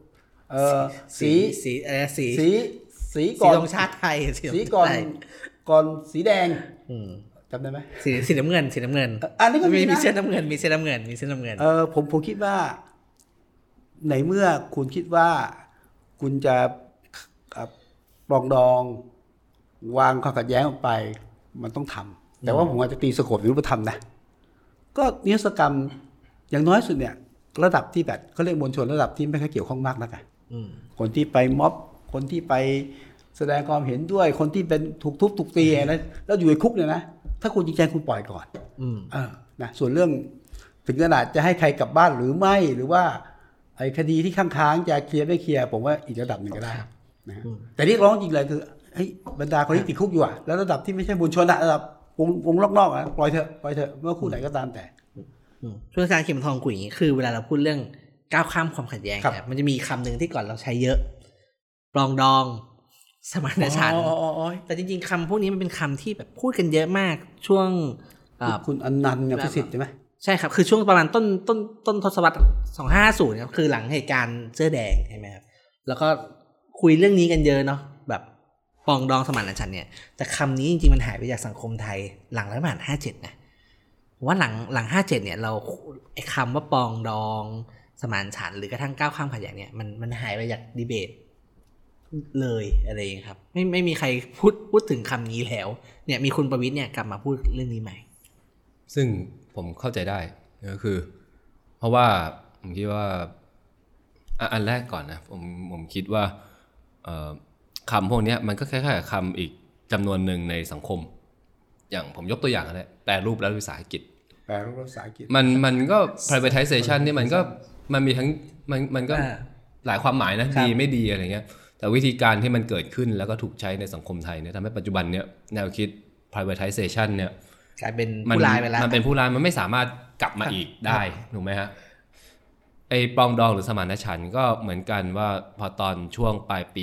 สีก่อน
ธงชาติไทย
สีก่อนสีแดงจำได้ไหม
สีน้ำเงิน
อันนี้ก็
มีเส้นน้ำเงิน
ผมคิดว่าในเมื่อคุณคิดว่าคุณจะปรองดองวางความขัดแย้งออกไปมันต้องทำแต่ว่าผมอาจจะตีสโคปรูปธรรมนะก็นิรโทษกรรมอย่างน้อยสุดเนี่ยระดับที่แบบเขาเรียกมวลชนระดับที่ไม่ค่อยเกี่ยวข้องมากนักคนที่ไปม็อบคนที่ไปแสดงความเห็นด้วยคนที่เป็นถูกทุบถูกตีแล้วอยู่ในคุกเนี่ยนะถ้าคุณจริงใจคุณปล่อยก่อนนะส่วนเรื่องถึงขนาดจะให้ใครกลับบ้านหรือไม่หรือว่าไอ้คดีที่ค้างจะเคลียร์ไม่เคลียร์ผมว่าอีกระดับหนึ่งก็ได้นะแต่เรียกร้องจริงเลยคือบรรดาคนที่ติดคุกอยู่อะแล้วระดับที่ไม่ใช่มวลชนระดับวงนอกๆอะปล่อยเถอะเมื่อคู่ไหนก็ตามแต่
ช่วงการเข็มทองกุ๋ยคือเวลาเราพูดเรื่องก้าวข้ามความขัดแย้งเนี่ยมันจะมีคำหนึ่งที่ก่อนเราใช้เยอะปรองดองสมานฉันท์แต่จริงๆคำพวกนี้มันเป็นคำที่แบบพูดกันเยอะมากช่วง
คุณอนันต์พิสิทธิ์ใช่ไหม
ใช่ครับคือช่วงประมาณต้นทศวรรษ2550ครับคือหลังเหตุการณ์เสื้อแดงใช่ไหมครับแล้วก็คุยเรื่องนี้กันเยอะเนาะแบบปรองดองสมานฉันท์เนี่ยแต่คำนี้จริงๆมันหายไปจากสังคมไทยหลังรัฐประหาร57นะว่าหลัง57เนี่ยเราไอ้คำว่าปรองดองสมานฉันท์หรือกระทั่งก้าวข้ามขัดแย้งเนี่ยมันหายไปจากดีเบตเลยอะไรอย่างนี้ครับไม่มีใครพูดถึงคำนี้แล้วเนี่ยมีคุณประวิตรเนี่ยกลับมาพูดเรื่องนี้ใหม่
ซึ่งผมเข้าใจได้ก็คือเพราะว่าผมคิดว่าอันแรกก่อนนะผมคิดว่าคำพวกนี้มันก็คล้ายๆคำอีกจำนวนหนึ่งในสังคมอย่างผมยกตัวอย่างนะแปรรูปรัฐวิสาหกิจมันก็ privatization นี่มันมีทั้งมันก็หลายความหมายนะดีไม่ดีอะไรเงี้ยแต่วิธีการที่มันเกิดขึ้นแล้วก็ถูกใช้ในสังคมไทยเนี่ยทำให้ปัจจุบันเนี่ยแนวคิด privatization เนี่ย
กลายเป็นผู้ร้ายไปแล้ว
มันเป็นผู้ร้ายมันไม่สามารถกลับมาอีกได้ถูกไหมฮะไอ้ปรองดองหรือสมานฉันท์ก็เหมือนกันว่าพอตอนช่วงปลายปี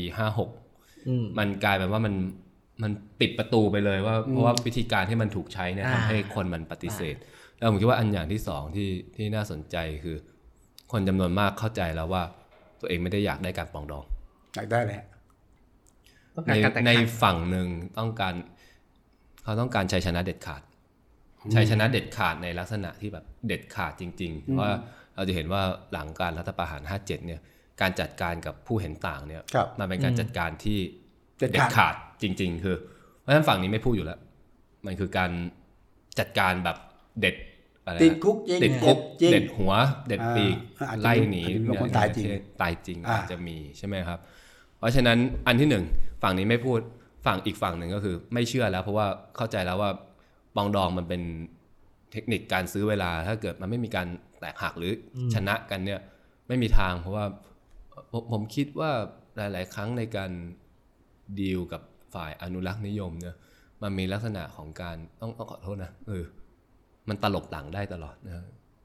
56มันกลายเป็นว่ามันปิดประตูไปเลยว่าเพราะว่าวิธีการที่มันถูกใช้เนี่ยทำให้คนมันปฏิเสธแล้วผมคิดว่าอันอย่างที่สองที่น่าสนใจคือคนจำนวนมากเข้าใจแล้วว่าตัวเองไม่ได้อยากได้การปรองดอง
อยากได้แหละ
ในฝั่งหนึ่งเขาต้องการชัยชนะเด็ดขาดชัยชนะเด็ดขาดในลักษณะที่แบบเด็ดขาดจริงๆเพราะว่าเราจะเห็นว่าหลังการรัฐประหาร57เนี่ยการจัดการกับผู้เห็นต่างเนี่ยมันเป็นการจัดการที่เด็ดขาดจริงๆคือเพราะฉะนั้นฝั่งนี้ไม่พูดอยู่แล้วมันคือการจัดการแบบเด็ดอะไร
ติดคุก
เด็ดหัวเด็ดปีกไล่หนีตายจริงอาจจะมีใช่ไหมครับเพราะฉะนั้นอันที่หนึ่งฝั่งนี้ไม่พูดฝั่งอีกฝั่งหนึ่งก็คือไม่เชื่อแล้วเพราะว่าเข้าใจแล้วว่าปองดองมันเป็นเทคนิคการซื้อเวลาถ้าเกิดมันไม่มีการแตกหักหรือชนะกันเนี่ยไม่มีทางเพราะว่าผมคิดว่าหลายๆครั้งในการดีลกับฝ่ายอนุรักษ์นิยมเนี่ยมันมีลักษณะของการต้องขอโทษนะมันตลบหลังได้ตลอดนะ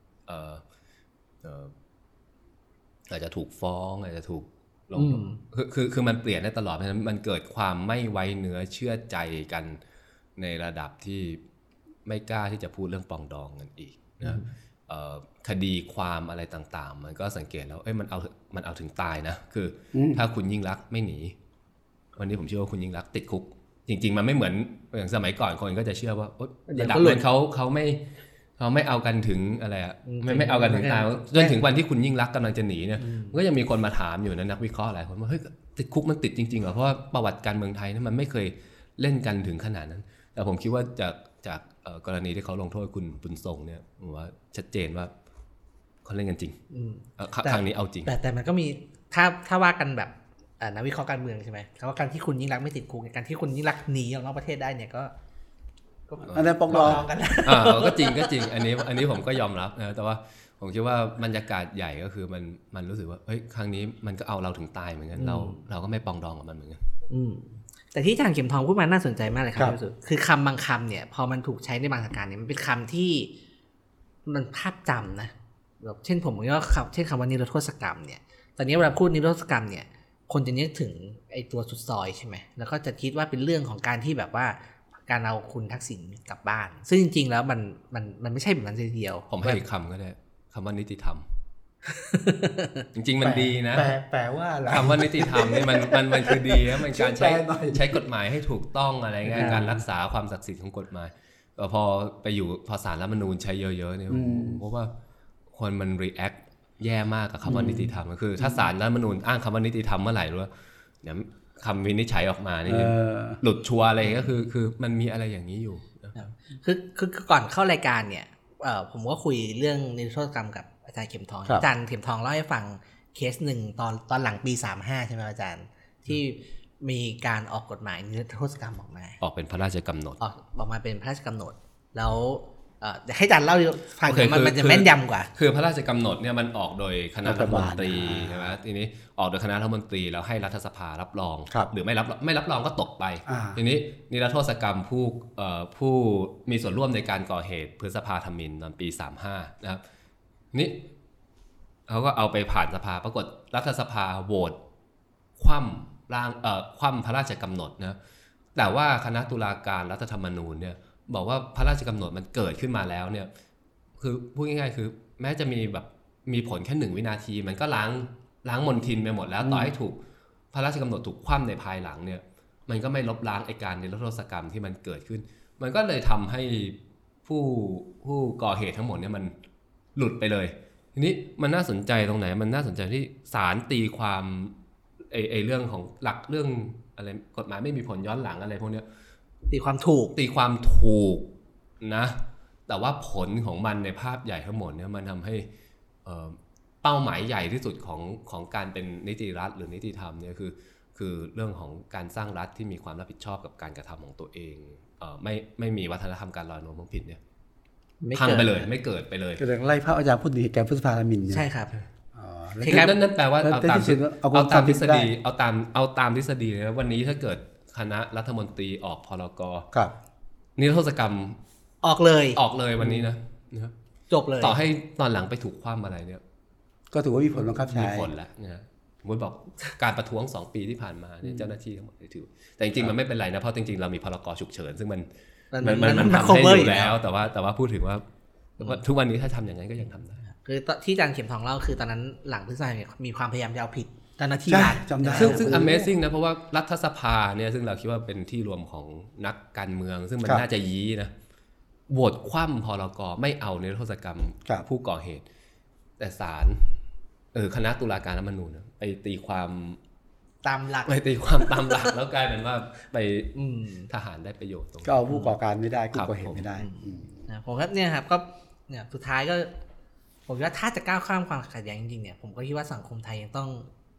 อาจจะถูกฟ้องอาจจะถูกลงคือมันเปลี่ยนได้ตลอดเพราะฉะนั้นมันเกิดความไม่ไว้เนื้อเชื่อใจกันในระดับที่ไม่กล้าที่จะพูดเรื่องปองดองกันอีกนะคดีความอะไรต่างๆมันก็สังเกตแล้วมันเอาถึงตายนะคือถ้าคุณยิ่งรักไม่หนีวันนี้ผมเชื่อว่าคุณยิ่งรักติดคุกจริงๆมันไม่เหมือนอย่างสมัยก่อนคนก็จะเชื่อว่าระดับนั้นเขาไม่เอากันถึงอะไรอ่ะไม่เอากันถึงตายจนถึงวันที่คุณยิ่งรักกำลังจะหนีเนี่ยก็ยังมีคนมาถามอยู่นะนักวิเคราะห์หลายคนว่าเฮ้ยติดคุกมันติดจริงๆเหรอเพราะว่าประวัติการเมืองไทยเนี่ยมันไม่เคยเล่นกันถึงขนาดนั้นแต่ผมคิดว่าจากกรณีที่เขาลงโทษคุณบุญทรงเนี่ยผมว่าชัดเจนว่าเขาเล่นกันจริงครั้งนี้เอาจริง
แต่มันก็มีถ้าว่ากันแบบนักวิเคราะห์การเมืองใช่ไหมเขาว่าการที่คุณยิ่งรักไม่ติดคุกการที่คุณยิ่งรักหนีออกนอกประเทศได้เนี่ยก็
อันนั้นปองดอง
กัน
ก็จริงอันนี้ผมก็ยอมรับนะแต่ว่าผมคิดว่าบรรยากาศใหญ่ก็คือมันรู้สึกว่าเฮ้ยครั้งนี้มันก็เอาเราถึงตายเหมือนกันเราก็ไม่ปองดองกับมันเหมือนกัน
แต่ที่อาจารย์เข็มทองพูดมาน่าสนใจมากเลยครับคือคำบางคำเนี่ยพอมันถูกใช้ในบางสถานการณ์เนี่ยมันเป็นคำที่มันภาพจำนะแบบเช่นผมก็เช่นคำว่านิรโทษกรรมเนี่ยตอนนี้เวลาพูดนิรโทษกรรมเนี่ยคนจะนึกถึงไอ้ตัวสุดซอยใช่ไหมแล้วก็จะคิดว่าเป็นเรื่องของการที่แบบว่าการเอาคุณทักษิณกลับบ้านซึ่งจริงๆแล้วมันไม่ใช่แบบนั้นทีเดียว
ผมให้อีกคำก็ได้คำว่านิติธรรมจริงๆมันดีนะ
แปลว่าอะไร
คำว่านิติธรรมนี่มันคือดีนะมันการใช้กฎหมายให้ถูกต้องอะไรเงี้ยการรักษาความศักดิ์สิทธิ์ของกฎหมายพอไปอยู่พอศาลรัฐธรรมนูญใช้เยอะๆเนี่ยเพราะว่าคนมัน react แย่มากกับคำว่านิติธรรมก็คือถ้าศาลรัฐธรรมนูญอ้างคำว่านิติธรรมเมื่อไหร่รู้ว่าเดี๋ยวคำวินิจฉัยออกมานี่หลุดชัวร์อะไรก็คือมันมีอะไรอย่างนี้อยู่
คือก่อนเข้ารายการเนี่ยผมก็คุยเรื่องนิรโทษกรรมกับอาจารย์เข็มทองอาจารย์เข็มทองเล่าให้ฟังเคสหนึ่งตอนหลังปี35ใช่ไหมอาจารย์ที่มีการออกกฎหมายนิรโทษกรรมออกมา
ออกเป็นพระราชกำหนด
ออกมาเป็นพระราชกำหนดแล้วให้อาจารย์เล่าฟังมันจะแม่นยำกว่า
คือพระราชกำหนดเนี่ยมันออกโดยคณะรัฐมนตรีใช่ไหมทีนี้ออกโดยคณะรัฐมนตรีแล้วให้รัฐสภารับรองหรือไม่รับรองก็ตกไปทีนี้นิรโทษกรรมผู้มีส่วนร่วมในการก่อเหตุพฤษภาธมิฬตอนปี35นะครับนี่เขาก็เอาไปผ่านสภาปรากฏรัฐสภาโหวตคว่ำพระราชกำหนดนะแต่ว่าคณะตุลาการรัฐธรรมนูญเนี่ยบอกว่าพระราชกำหนดมันเกิดขึ้นมาแล้วเนี่ยคือพูดง่ายๆคือแม้จะมีผลแค่1วินาทีมันก็ล้างมลทินไปหมดแล้วต่อให้ถูกพระราชกำหนดถูกคว่ำในภายหลังเนี่ยมันก็ไม่ลบล้างไอ้การนิรโทษกรรมที่มันเกิดขึ้นมันก็เลยทำให้ผู้ก่อเหตุทั้งหมดเนี่ยมันหลุดไปเลยทีนี้มันน่าสนใจตรงไหนมันน่าสนใจที่ศาลตีความไอ้เรื่องของหลักเรื่องอะไรกฎหมายไม่มีผลย้อนหลังอะไรพวกเนี้ย
ตีความถู
กนะแต่ว่าผลของมันในภาพใหญ่ทั้งหมดเนี่ยมันทำให้เป้าหมายใหญ่ที่สุดของการเป็นนิติรัฐหรือนิติธรรมเนี่ยคือเรื่องของการสร้างรัฐที่มีความรับผิดชอบกับการกระทำของตัวเองไม่มีวัฒนธรรมการลอยนวมของผิดเนี่ยพังไปเลยไม่เกิดไปเลย
ก็เลยไล่พระอาจารย์พูดดีแกพฤษภาธมิฬ
ใช่ครับ
นั่นแปลว่าเอาตามทฤษฎีเอาตามทฤษฎีนะวันนี้ถ้าเกิดคณะรัฐมนตรีออกพรก.นิรโทษกรรม
ออกเลย
วันนี้นะ
จบเลย
ต่อให้ตอนหลังไปถูกคว่ำอะไรเนี่ย
ก็ถือว่ามีผลบังคับใช้
มีผลแล้วนะผมบอกการประท้วง2ปีที่ผ่านมาเนี่ยเจ้าหน้าที่ทั้งหมดถือแต่จริงๆมันไม่เป็นไรนะเพราะจริงๆเรามีพรก.ฉุกเฉินซึ่งมันทำให้อยู่แล้วแต่ว่าพูดถึงว่าทุกวันนี้ถ้าทำอย่างนั้นก็ยังทำได้
คือที่อาจารย์เข็มทองเล่าคือตอนนั้นหลังพฤษภาเนี่ยมีความพยายามจะเอาผิดเจ้าหน้าที่รัฐ
จำได้
ซึ่ง Amazing นะเพราะว่ารัฐสภาเนี่ยซึ่งเราคิดว่าเป็นที่รวมของนักการเมืองซึ่งมันน่าจะยี้นะโหวตคว่ำพรก.ไม่เอานิรโทษกรรมผู้ก่อเหตุแต่ศาลคณะตุลาการรัฐธรรมนูญไปตีความ
ตามหลัก
แล้วกลายเป็นว่าไปทหารได้ประโยชน์ตรง
ก็เอาผู้ก่อการไม่ได้ผู้ก่อเหตุไม่ได้
ผมก็เนี่ยครับก็เนี่ยสุดท้ายก็ผมว่าถ้าจะก้าวข้ามความขัดแย้งจริงๆเนี่ยผมก็คิดว่าสังคมไทยยังต้อง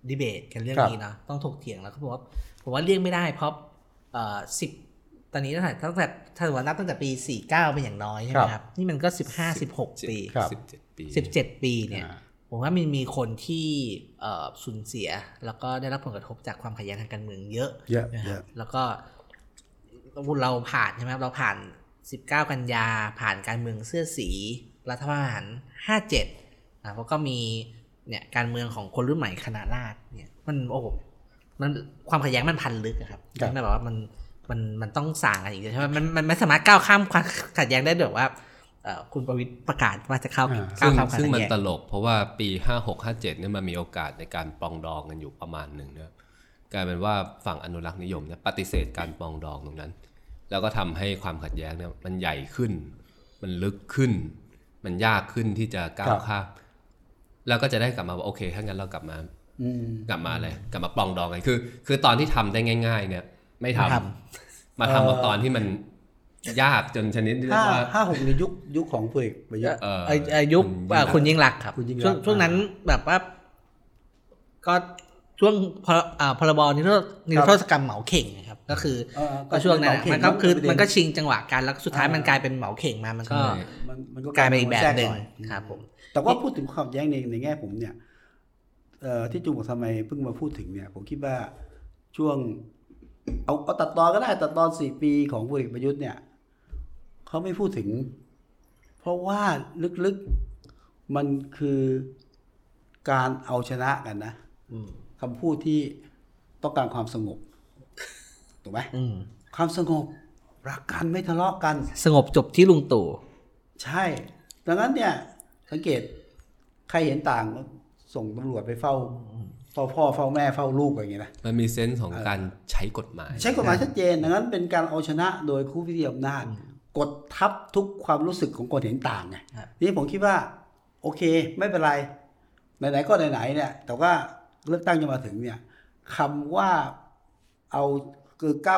ดีเบตกันเรื่องนี้เนาะต้องถกเถียงแล้วก็ผมว่าเลี่ยงไม่ได้เพราะตอนนี้ตั้งแต่ถ้าว่านับตั้งแต่ปี49เป็นอย่างน้อยใช่ไหมครับนี่มันก็15-16 ปี17 ปีเนี่ยผมว่ามีคนที่สูญเสียแล้วก็ได้รับผลกระทบจากความขัดแย้งทางการเมืองเยอะนะครับแล้วก็เราผ่านใช่ไหมเราผ่าน19 กันยาผ่านการเมืองเสื้อสีรัฐประหาร57แล้วก็มีเนี่ยการเมืองของคนรุ่นใหม่คณะราษฎรเนี่ยมันโอ้โหมันความขัดแย้งมันพันลึกครับไม่แบบว่ามันต้องสร้างอะไรอีกใช่ไหมมันไม่สามารถก้าวข้ามความขัดแย้งได้แบบว่าคุณประวิตรประกาศว่าจะก้าวข้ามความขัดแย้งซึ่ง
มันตลกเพราะว่าปี56-57เนี่ยมันมีโอกาสในการปรองดองกันอยู่ประมาณหนึ่งนะกลายเป็นว่าฝั่งอนุรักษ์นิยมเนี่ยปฏิเสธการปรองดองตรงนั้นแล้วก็ทำให้ความขัดแย้งเนี่ยมันใหญ่ขึ้นมันลึกขึ้นมันยากขึ้นที่จะก้าวข้ามแล้วก็จะได้กลับมาว่าโอเคถ้างั้นเรากลับมาอะไรกลับมาปรองดองกันคือตอนที่ทำได้ง่ายๆเนี่ยไม่ทำมาทำตอนที่มันยากจนชนิดที่
ว่า56ในยุคของพลเอกประยุทธ์
ยุคคุณยิ่งลักษณ์ครับช่วงนั้นแบบว่าก็ช่วงพรบนิรโทษกรรมเหมาเข่งนะครับก็คือก็ช่วงนั้นมันก็ชิงจังหวะกันแล้วสุดท้ายมันกลายเป็นเหมาเข่งมามันก็กลายเป็นอีกแบบนึงครับผม
แต่ว่าพูดถึงความแย้งในแง่ผมเนี่ยที่จูบอกทำไมเพิ่งมาพูดถึงเนี่ยผมคิดว่าช่วงเอาตัดตอนก็ได้ตัดตอน4 ปีของพลเอกประยุทธ์เนี่ยเขาไม่พูดถึงเพราะว่าลึกๆมันคือการเอาชนะกันนะคำพูดที่ต้องการความสงบถูกไหมความสงบรักกันไม่ทะเลาะกัน
สงบจบที่ลุงตู่
ใช่ดังนั้นเนี่ยสังเกตใครเห็นต่างส่งตำรวจไปเฝ้าพ่อเฝ้าแม่เฝ้าลูกอะไรอย่างเงี้ยนะ
มันมีเซนส์ของการใช้กฎหมาย
ชัดเจนดังนั้นเป็นการเอาชนะโดยคู่วิธีอำนาจกดทับทุกความรู้สึกของคนเห็นต่างไงนี่ผมคิดว่าโอเคไม่เป็นไรไหนๆก็ไหนๆเนี่ยแต่ว่าเลือกตั้งจะมาถึงเนี่ยคำว่าเอาคือก้าว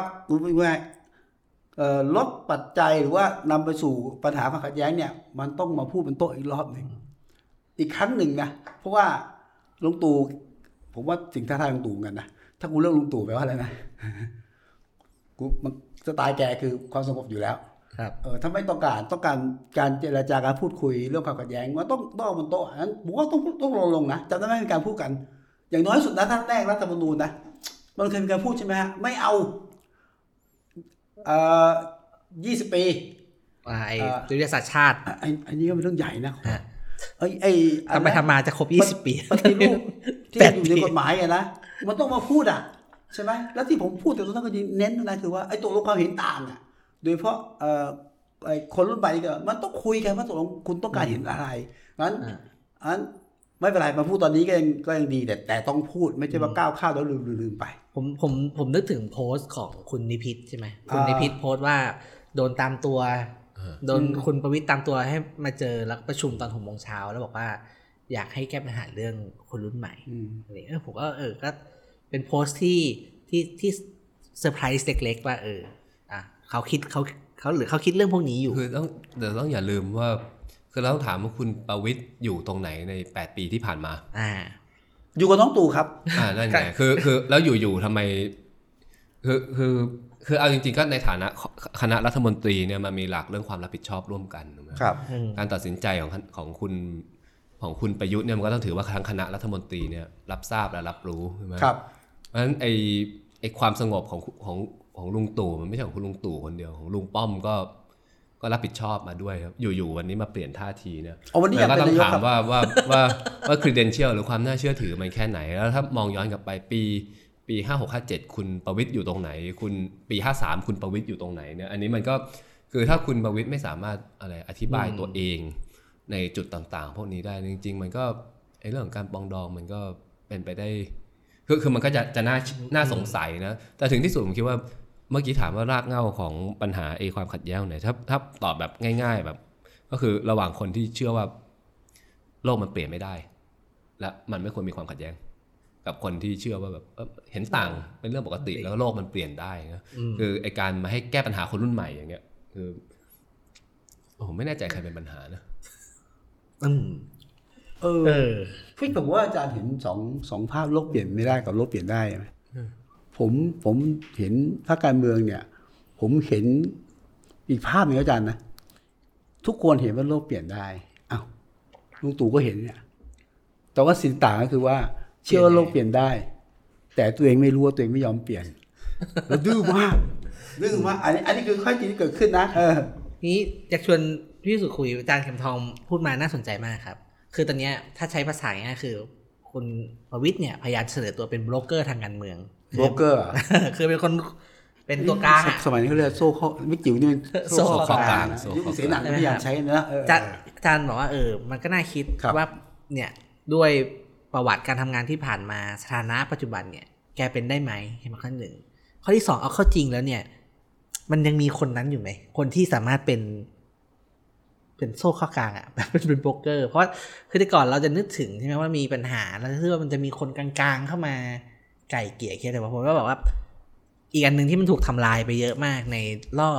ลดปัจจัยหรือว่านำไปสู่ปัญหาความขัดแย้งเนี่ยมันต้องมาพูดบนโต๊ะอีกรอบหนึ่งอีกครั้งหนึ่งนะเพราะว่าลุงตู่ผมว่าสิ่งท้าทายลุงตู่กันนะถ้ากูเลือกลุงตู่แปลว่าอะไรนะกูมันสไตล์แกคือความสงบอยู่แล้วถ้าไม่ต้องการการเจรจาการพูดคุยเรื่องความขัดแย้งว่าต้องบนโต๊ะนั้นผมว่าต้องลงนะจำได้ไหมมีการพูดกันอย่างน้อยสุดนะท่านแรกรัฐธรรมนูญนะมันเคยมีการพูดใช่ไหมฮะไม่เอา20 ปี
ไอ้ยุทธศาสตร์ชาติ
อันนี้ก็เป็นเรื่องใหญ่นะ
ทำไปทำมาจะครบ20 ปี
ปฏิรูปที่อยู่ในกฎหมายไงนะมันต้องมาพูดอ่ะใช่ไหมแล้วที่ผมพูดแต่ต้นก็เน้นนะคือว่าไอ้ตกลงความเห็นต่างอ่ะโดยเฉพาะไอ้คนรุ่นใหม่ก็มันต้องคุยกันว่าตกลงคุณต้องการเห็นอะไรงั้นไม่เป็นไรมาพูดตอนนี้ก็ยังดีแต่ต้องพูดไม่ใช่ว่าก้าวข้าวแล้วลืมไป
ผมนึกถึงโพสต์ของคุณนิพิษใช่ไหมคุณนิพิษโพสต์ว่าโดนตามตัวโดนคุณประวิตรตามตัวให้มาเจอแล้วประชุมตอน6 โมงเช้าแล้วบอกว่าอยากให้แก้ปัญหาเรื่องคนรุ่นใหม่อะไรผมก็ก็เป็นโพสต์ที่เซอร์ไพรส์เล็กๆว่าเขาคิดเรื่องพวกนี้อยู่
คือต้องอย่าลืมว่าคือเราต้องถามว่าคุณประวิตรอยู่ตรงไหนใน8 ปีที่ผ่านมา
อยู่กับน้องตู่ครับ
นั่นไงคือแล้วอยู่ทำไมคือเอาจริงๆก็ในฐานะคณะรัฐมนตรีเนี่ยมันมีหลักเรื่องความรับผิดชอบร่วมกัน
ครับ
การตัดสินใจของคุณประยุทธ์เนี่ยมันก็ต้องถือว่าทั้งคณะรัฐมนตรีเนี่ยรับทราบและรับรู้ใช่ไหม
ครับ
เพราะฉะนั้นไอ้ความสงบของลุงตู่มันไม่ใช่ของคุณลุงตู่คนเดียวของลุงป้อมก็รับผิดชอบมาด้วยครับอยู่วันนี้มาเปลี่ยนท่าทีเนี่ยแล้วก็ต้องถามว่า credential หรือความน่าเชื่อถือมันแค่ไหนแล้วถ้ามองย้อนกลับไปปี56-57คุณประวิตรอยู่ตรงไหนคุณปี53คุณประวิตรอยู่ตรงไหนเนี่ยอันนี้มันก็คือถ้าคุณประวิตรไม่สามารถอธิบายตัวเองในจุดต่างๆพวกนี้ได้จริงๆมันก็เรื่องของการปรองดองมันก็เป็นไปได้คือมันก็จะน่าสงสัยนะแต่ถึงที่สุดผมคิดว่าเมื่อกี้ถามว่ารากเหง้าของปัญหาความขัดแย้งไหนถ้าตอบแบบง่ายๆแบบก็คือระหว่างคนที่เชื่อว่าโลกมันเปลี่ยนไม่ได้และมันไม่ควรมีความขัดแย้งกับคนที่เชื่อว่าแบบเห็นต่างเป็นเรื่องปกติแล้วโลกมันเปลี่ยนได้นะคือไอการมาให้แก้ปัญหาคนรุ่นใหม่อย่างเงี้ยคือผมไม่แน่ใจใครเป็นปัญหานะ
พี่บอกว่าอาจารย์เห็นสองภาพโลกเปลี่ยนไม่ได้กับโลกเปลี่ยนได้ไหมผมเห็นภาคการเมืองเนี่ยผมเห็นอีกภาพหนึ่งอาจารย์นะทุกคนเห็นว่าโลกเปลี่ยนได้อ้าวลุงตู่ก็เห็นเนี่ยแต่ว่าสิ่งต่างก็คือว่าเชื่อว่าโลกเปลี่ยนได้แต่ตัวเองไม่รู้ว่าตัวเองไม่ยอมเปลี่ยนแล้วดื้อมากอันนี้คือข้อจริงที่เกิดขึ้นนะ
นี้อยากชวนพี่สุคุยอาจารย์เข็มทองพูดมาน่าสนใจมากครับคือตอนนี้ถ้าใช้ภาษาง่ายคือคุณประวิตรเนี่ยพยายามเสนอตัวเป็นโบรกเกอร์ทางการเมือง
โบรกเกอร์
คือเป็นคนเป็นตัวกลาง
สมัยนี้เขาเรียกโซ่ข้อไม่จิ๋วนี่
โซ่ข้อกลาง
ยุคเสนาพยายามใช้นะ
อาจารย์บอกว่ามันก็น่าคิดว่าเนี่ยด้วยประวัติการทำงานที่ผ่านมาสถานะปัจจุบันเนี่ยแกเป็นได้ไหมข้อหนึ่งข้อที่สองเอาเข้าจริงแล้วเนี่ยมันยังมีคนนั้นอยู่ไหมคนที่สามารถเป็นโซ่ข้อกลางเป็นโบรกเกอร์เพราะคือแต่ก่อนเราจะนึกถึงใช่ไหมว่ามีปัญหาแล้วคิดว่ามันจะมีคนกลางๆเข้ามาไก่เกลี่ยแค่แต่ว่าผมก็บอกว่าอีกอันนึงที่มันถูกทำลายไปเยอะมากในรอบ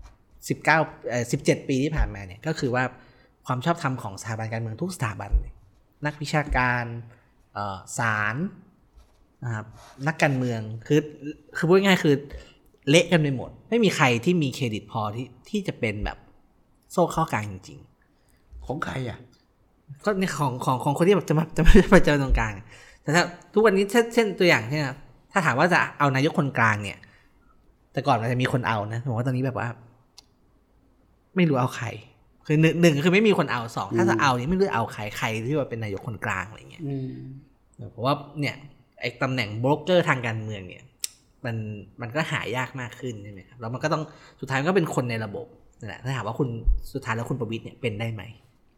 17 ปีที่ผ่านมาเนี่ยก็คือว่าความชอบธรรมของสถาบันการเมืองทุกสถาบันนักวิชาการศาลนะครับนักการเมืองคือพูดง่ายๆคือเละกันไปหมดไม่มีใครที่มีเครดิตพอที่จะเป็นแบบโซ่ข้อกลางจริง
ๆของใครอ่ะ
ก็ในของคนที่แบบจะมาเจอตรงกลางแต่ถ้าทุกวันนี้เช่นตัวอย่างเนี่ยถ้าถามว่าจะเอานายกคนกลางเนี่ยแต่ก่อนมันจะมีคนเอานะผมว่าตอนนี้แบบว่าไม่รู้เอาใครคือหนึ่งคือไม่มีคนเอาสองถ้าจะเอานี่ไม่รู้เอาใครที่ว่าเป็นนายกคนกลางอะไรเงี้ยเพราะว่าเนี่ยไอ้ตำแหน่งโบรกเกอร์ทางการเมืองเนี่ยมันก็หายากมากขึ้นใช่ไหมครับแล้วมันก็ต้องสุดท้ายก็เป็นคนในระบบนั่นแหละถ้าถามว่าคุณสุดท้ายแล้วคุณประวิตรเนี่ยเป็นได้ไหม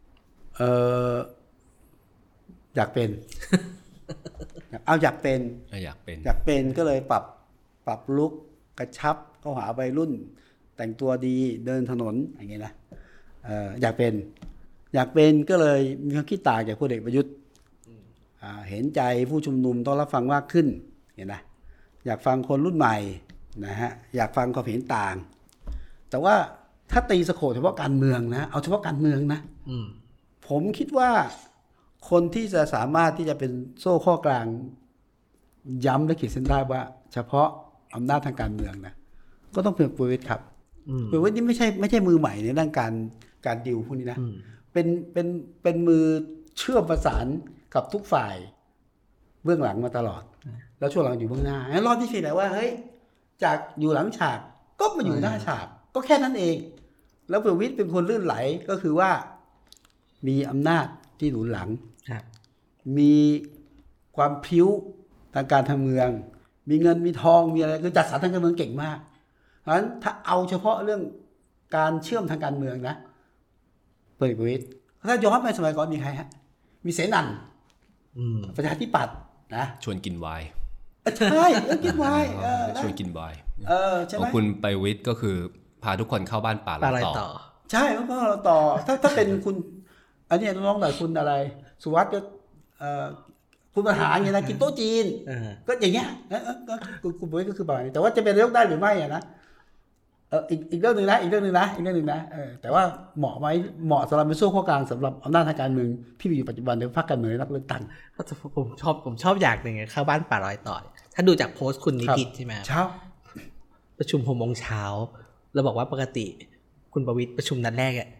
อยากเป็น เอาอยากเป็นก็เลยปรับลุคกระชับเข้าหาวัยรุ่นแต่งตัวดีเดินถนนอย่างเงี้ยนะอยากเป็นก็เลยมีความคิดต่างจากพลเอกประยุทธ์เห็นใจผู้ชุมนุมต้องรับฟังมากขึ้นเห็นนะอยากฟังคนรุ่นใหม่นะฮะอยากฟังความเห็นต่างแต่ว่าถ้าตีสโคปเฉพาะการเมืองนะเอาเฉพาะการเมืองนะผมคิดว่าคนที่จะสามารถที่จะเป็นโซ่ข้อกลางย้ำและขีดเส้นได้ว่าเฉพาะอำนาจทางการเมืองนะก็ต้องเป็นประวิตรครับประวิตรนี่ไม่ใช่มือใหม่ในด้านการดิวพวกนี้นะเป็นมือเชื่อมประสานกับทุกฝ่ายเบื้องหลังมาตลอดแล้วช่วงหลังอยู่เบื้องหน้ารอบที่สี่ไหนว่าเฮ้ยจากอยู่หลังฉากก็มาอยู่หน้าฉากก็แค่นั้นเองแล้วประวิตรเป็นคนลื่นไหลก็คือว่ามีอำนาจที่หนุนหลังมีความพริ้วทางการทำเมืองมีเงินมีทองมีอะไรคือจัดสรรทางการเมืองเก่งมากเพราะฉะนั้นถ้าเอาเฉพาะเรื่องการเชื่อมทางการเมืองนะพลเอกประวิตรถ้าย้อนไปสมัยก่อนมีใครฮะมีเสนันประชาธิปัตย์นะ
ชวนกินไวน์
ใช่กินไวน์
ชวนกินไวน์
ใช่ไหม
คุณไปวิทย์ก็คือพาทุกคนเข้าบ้านป่าลอยต่อ
ใช่เพราะเราต่อถ้าเป็นคุณอันนี้น้องหน่อยคุณอะไรสุวัสดิ์ก็คุณปัญหาอย่างนี้นะกินโต๊ะจีนก็อย่างเงี้ยคุณบุ้ยก็คือแบบนี้แต่ว่าจะเป็นนายกได้หรือไม่อะนะอีกเรื่องนึงนะแต่ว่าเหมาะไหมเหมาะสำหรับเป็นโซ่ข้อกลางสำหรับอำนาจทางการเมืองที่มีอยู่ปัจจุบันในพรรคการเมืองนักเลือกตั้ง
ผมชอบอย่างหนึ่งเข้าบ้านป่าลอยต่อถ้าดูจากโพสต์คุณนิพิษใช่ไหม
เช้า
ประชุม6 โมงเช้าเราบอกว่าปกติคุณประวิตรประชุมนัดแรกอ่ะ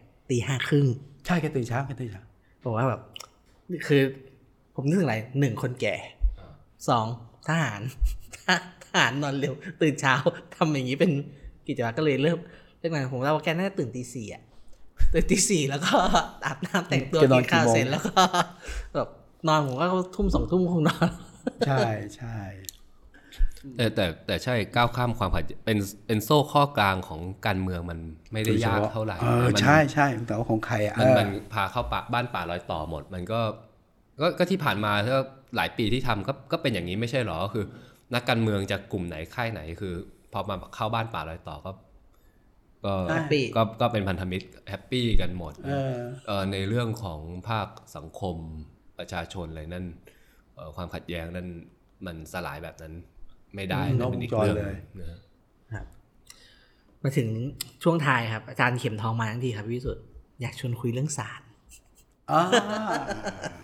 5:30
ใช่แกตื่นเช้า
บอกว่าแบบคือผมนึกถึงอะไร1คนแก่2ทหารนอนเร็วตื่นเช้าทำอย่างนี้เป็นกิจวัตรก็เลยเริ่มงานผมว่าแกน่าจะตื่นตี 4อ่ะตื่นตี 4แล้วก็อาบน้ำแต่งตัวกินข้าวเสร็จแล้วก็แบบนอนผมก็ทุ่ม2 ทุ่มคงนอน
ใช่
แต่ใช่ก้าวข้ามความขัดเป็นโซ่ข้อกลางของการเมืองมันไม่ได้ยากเท่าไหร่
ใช่แต่ว่าของใครอ่ะ
มันพาเข้าบ้านป่ารอยต่อหมดมันก็ที่ผ่านมาก็หลายปีที่ทำก็เป็นอย่างนี้ไม่ใช่หรอคือนักการเมืองจากกลุ่มไหนค่ายไหนคือพอมาเข้าบ้านป่ารอยต่อก็เป็นพันธมิตรแฮปปี้กันหมดในเรื่องของภาคสังคมประชาชนอะไรนั่นความขัดแย้งนั่นมันสลายแบบนั้นไม่ได้นั่นเป็นอีกเรื่อง
นะครับมาถึงช่วงท้ายครับอาจารย์เข็มทองมาทั้งทีครับพี่สุดอยากชวนคุยเรื่องศาล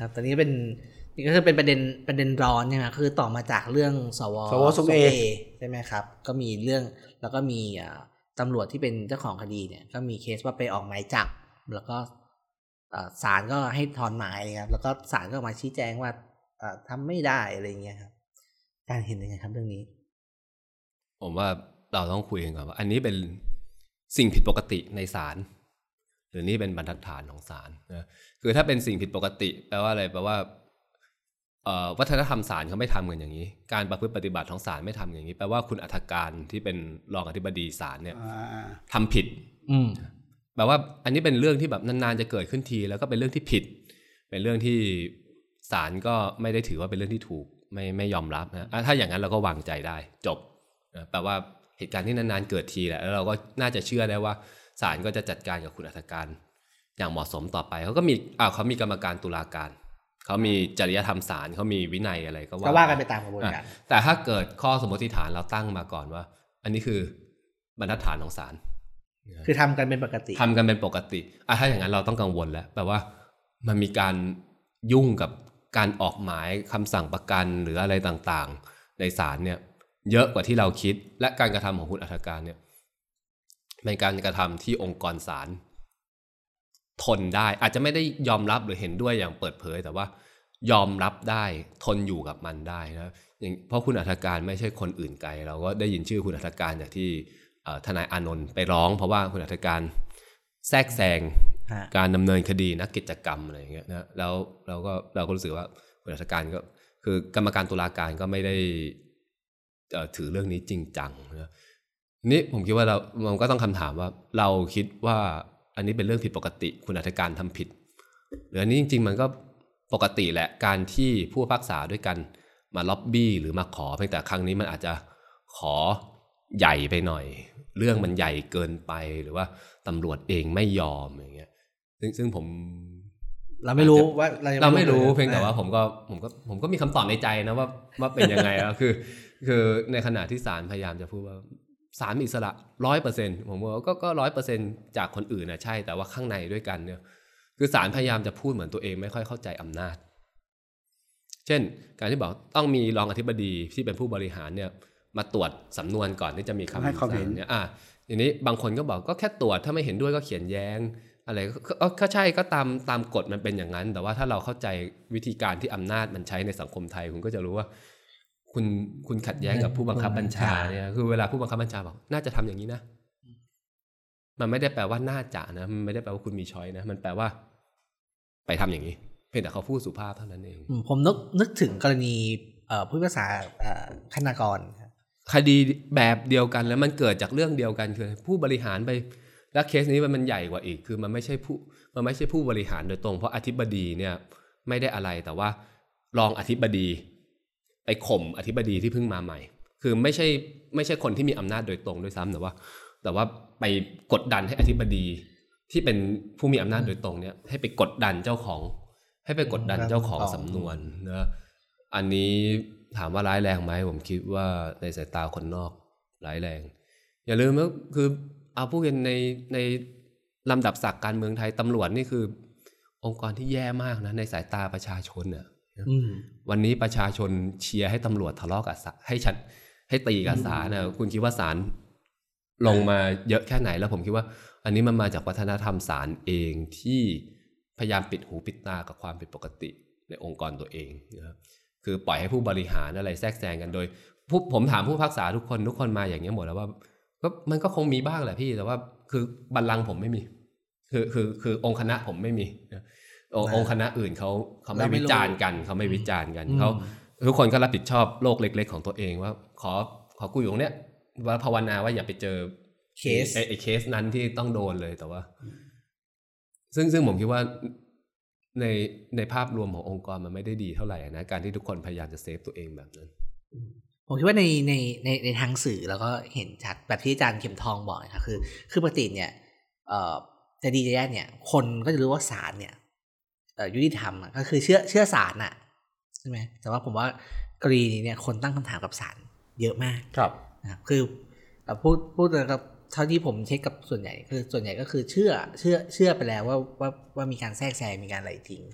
ครับตอนนี้นี่ก็คือเป็นประเด็นร้อนใช่ไหมคือต่อมาจากเรื่องสว
ทรงเอ
ใช่ไหมครับก็มีเรื่องแล้วก็มีตำรวจที่เป็นเจ้าของคดีเนี่ยก็มีเคสว่าไปออกหมายจับแล้วก็ศาลก็ให้ถอนหมายครับแล้วก็ศาลก็มาชี้แจงว่าทำไม่ได้อะไรเงี้ยครับการเห็นยังไงครับเรื่องนี้
ผมว่าเราต้องคุยกันก่อนว่าอันนี้เป็นสิ่งผิดปกติในศาลหรือนี่เป็นบรรทัดฐานของศาลนะคือถ้าเป็นสิ่งผิดปกติแปลว่าอะไรแปลว่าวัฒนธรรมศาลเขาไม่ทำกันอย่างนี้การประพฤติปฏิบัติของศาลไม่ทำอย่างนี้แปลว่าคุณอัฐการที่เป็นรองอธิบดีศาลเนี่ยทำผิดแปลว่าอันนี้เป็นเรื่องที่แบบนานๆจะเกิดขึ้นทีแล้วก็เป็นเรื่องที่ผิดเป็นเรื่องที่ศาลก็ไม่ได้ถือว่าเป็นเรื่องที่ถูกไม่ยอมรับนะถ้าอย่างนั้นเราก็วางใจได้จบแปลว่าเหตุการณ์ที่นานๆเกิดทีแหละแล้วเราก็น่าจะเชื่อได้ว่าศาลก็จะจัดการกับคุณอัฐการอย่างเหมาะสมต่อไปเขามีกรรมการตุลาการเขามีจริยธรรมศาลเขามีวินัยอะไรก็
ว่ากันไปตามกระบวนการ
แต่ถ้าเกิดข้อสมมติฐานเราตั้งมาก่อนว่าอันนี้คือบรรทัดฐานของศาล
คือทำกันเป็นปกติ
ถ้าอย่างนั้นเราต้องกังวลแล้วแปลว่ามันมีการยุ่งกับการออกหมายคำสั่งประกันหรืออะไรต่างๆในศาลเนี่ยเยอะกว่าที่เราคิดและการกระทำของคุณอัฐการเนี่ยเป็นการกระทำที่องค์กรศาลทนได้อาจจะไม่ได้ยอมรับหรือเห็นด้วยอย่างเปิดเผยแต่ว่ายอมรับได้ทนอยู่กับมันได้นะเพราะคุณอัฐการไม่ใช่คนอื่นไกลเราก็ได้ยินชื่อคุณอัฐการจากที่ทนายอานนท์ไปร้องเพราะว่าคุณอัฐการแทรกแซงการดำเนินคดีนักกิจกรรมอะไรอย่างเงี้ยนะแล้วเราก็รู้สึกว่าคุณอัฐการก็คือกรรมการตุลาการก็ไม่ได้ถือเรื่องนี้จริงจังนะนี่ผมคิดว่ามันก็ต้องคำถามว่าเราคิดว่าอันนี้เป็นเรื่องผิดปกติคุณอัฐการทำผิดหรืออันนี้จริงๆมันก็ปกติแหละการที่ผู้พิพากษาด้วยกันมาล็อบบี้หรือมาขอเพียงแต่ครั้งนี้มันอาจจะขอใหญ่ไปหน่อยเรื่องมันใหญ่เกินไปหรือว่าตำรวจเองไม่ยอมอย่างเงี้ยซึ่ง
เราไม่รู้ว่า
เราไม่รู้เพียงแต่ว่าผมก็มีคำตอบในใจนะว่าเป็นยังไงแล้วคือในขณะที่ศาลพยายามจะพูดว่าศาลมีอิสระ 100% ผมว่าก็ 100% จากคนอื่นนะใช่แต่ว่าข้างในด้วยกันเนี่ยคือศาลพยายามจะพูดเหมือนตัวเองไม่ค่อยเข้าใจอำนาจเช่นการที่บอกต้องมีรองอธิบดีที่เป็นผู้บริหารเนี่ยมาตรวจสำนวนก่อนที่จะมีคำสั่งเนี่ยทีนี้บางคนก็บอกก็แค่ตรวจถ้าไม่เห็นด้วยก็เขียนแย้งอะไรก็ใช่ก็ตามกฎมันเป็นอย่างนั้นแต่ว่าถ้าเราเข้าใจวิธีการที่อำนาจมันใช้ในสังคมไทยคุณก็จะรู้ว่าคุณขัดแย้งกับผู้บังคับบัญชาเนี่ยคือเวลาผู้บังคับบัญชาบอกน่าจะทำอย่างนี้นะมันไม่ได้แปลว่าน่าจะนะมันไม่ได้แปลว่าคุณมีช้อยนะมันแปลว่าไปทำอย่างนี้เพียงแต่เขาพูดสุภาพเท่านั้นเอง
ผมนึกถึงกรณีผู้พิพากษาคณากร
คดีแบบเดียวกันแล้วมันเกิดจากเรื่องเดียวกันคือผู้บริหารไปแล้วเคสนี้มันใหญ่กว่าอีกคือมันไม่ใช่ผู้บริหารโดยตรงเพราะอธิบดีเนี่ยไม่ได้อะไรแต่ว่ารองอธิบดีไปข่มอธิบดีที่เพิ่งมาใหม่คือไม่ใช่คนที่มีอำนาจโดยตรงด้วยซ้ำแต่ว่าไปกดดันให้อธิบดีที่เป็นผู้มีอำนาจโดยตรงเนี่ยให้ไปกดดันเจ้าของสำนวนนะอันนี้ถามว่าร้ายแรงไหมผมคิดว่าในสายตาคนนอกร้ายแรงอย่าลืมว่าคือเอาพูดกันในลำดับศักดิ์การเมืองไทยตำรวจนี่คือองค์กรที่แย่มากนะในสายตาประชาชนเนี่ยวันนี้ประชาชนเชียร์ให้ตำรวจทะเลาะกับให้ตีกับศาลนะคุณคิดว่าศาลลงมาเยอะแค่ไหนแล้วผมคิดว่าอันนี้มันมาจากวัฒนธรรมศาลเองที่พยายามปิดหูปิดตากับความผิดปกติในองค์กรตัวเองนะครับคือปล่อยให้ผู้บริหารอะไรแทรกแซงกันโดยผมถามผู้พิพากษาทุกคนมาอย่างนี้หมดแล้วว่าก็มันก็คงมีบ้างแหละพี่แต่ว่าคือบัลลังก์ผมไม่มีคือองค์คณะผมไม่มีองค์คณะอื่นเขาไม่วิจารณ์กันเขาไม่วิจารณ์กันเขาทุกคนก็รับผิดชอบโลกเล็กๆของตัวเองว่าขอกูอยู่ตรงเนี้ยว่าภาวนาว่าอย่าไปเจอเคสนั้นที่ต้องโดนเลยแต่ว่าซึ่งผมคิดว่าในภาพรวมขององค์กรมันไม่ได้ดีเท่าไหร่นะการที่ทุกคนพยายามจะเซฟตัวเองแบบนั้น
ผมคิดว่าในทางสื่อแล้วก็เห็นชัดแบบที่อาจารย์เข็มทองบอกนะครับคือปกติเนี่ยจะดีจะแย่เนี่ยคนก็จะรู้ว่าศาลเนี่ยยุติธรรมก็คือเชื่อศาลน่ะใช่ไหมแต่ว่าผมว่ากรณีนี้เนี่ยคนตั้งคำถามกับศาลเยอะมาก
ครับ
นะครับคือพูดนะครับเท่าที่ผมเช็คกับส่วนใหญ่ก็คือเชื่อไปแล้วว่ามีการแทรกแซงมีการอะไรจริงจาก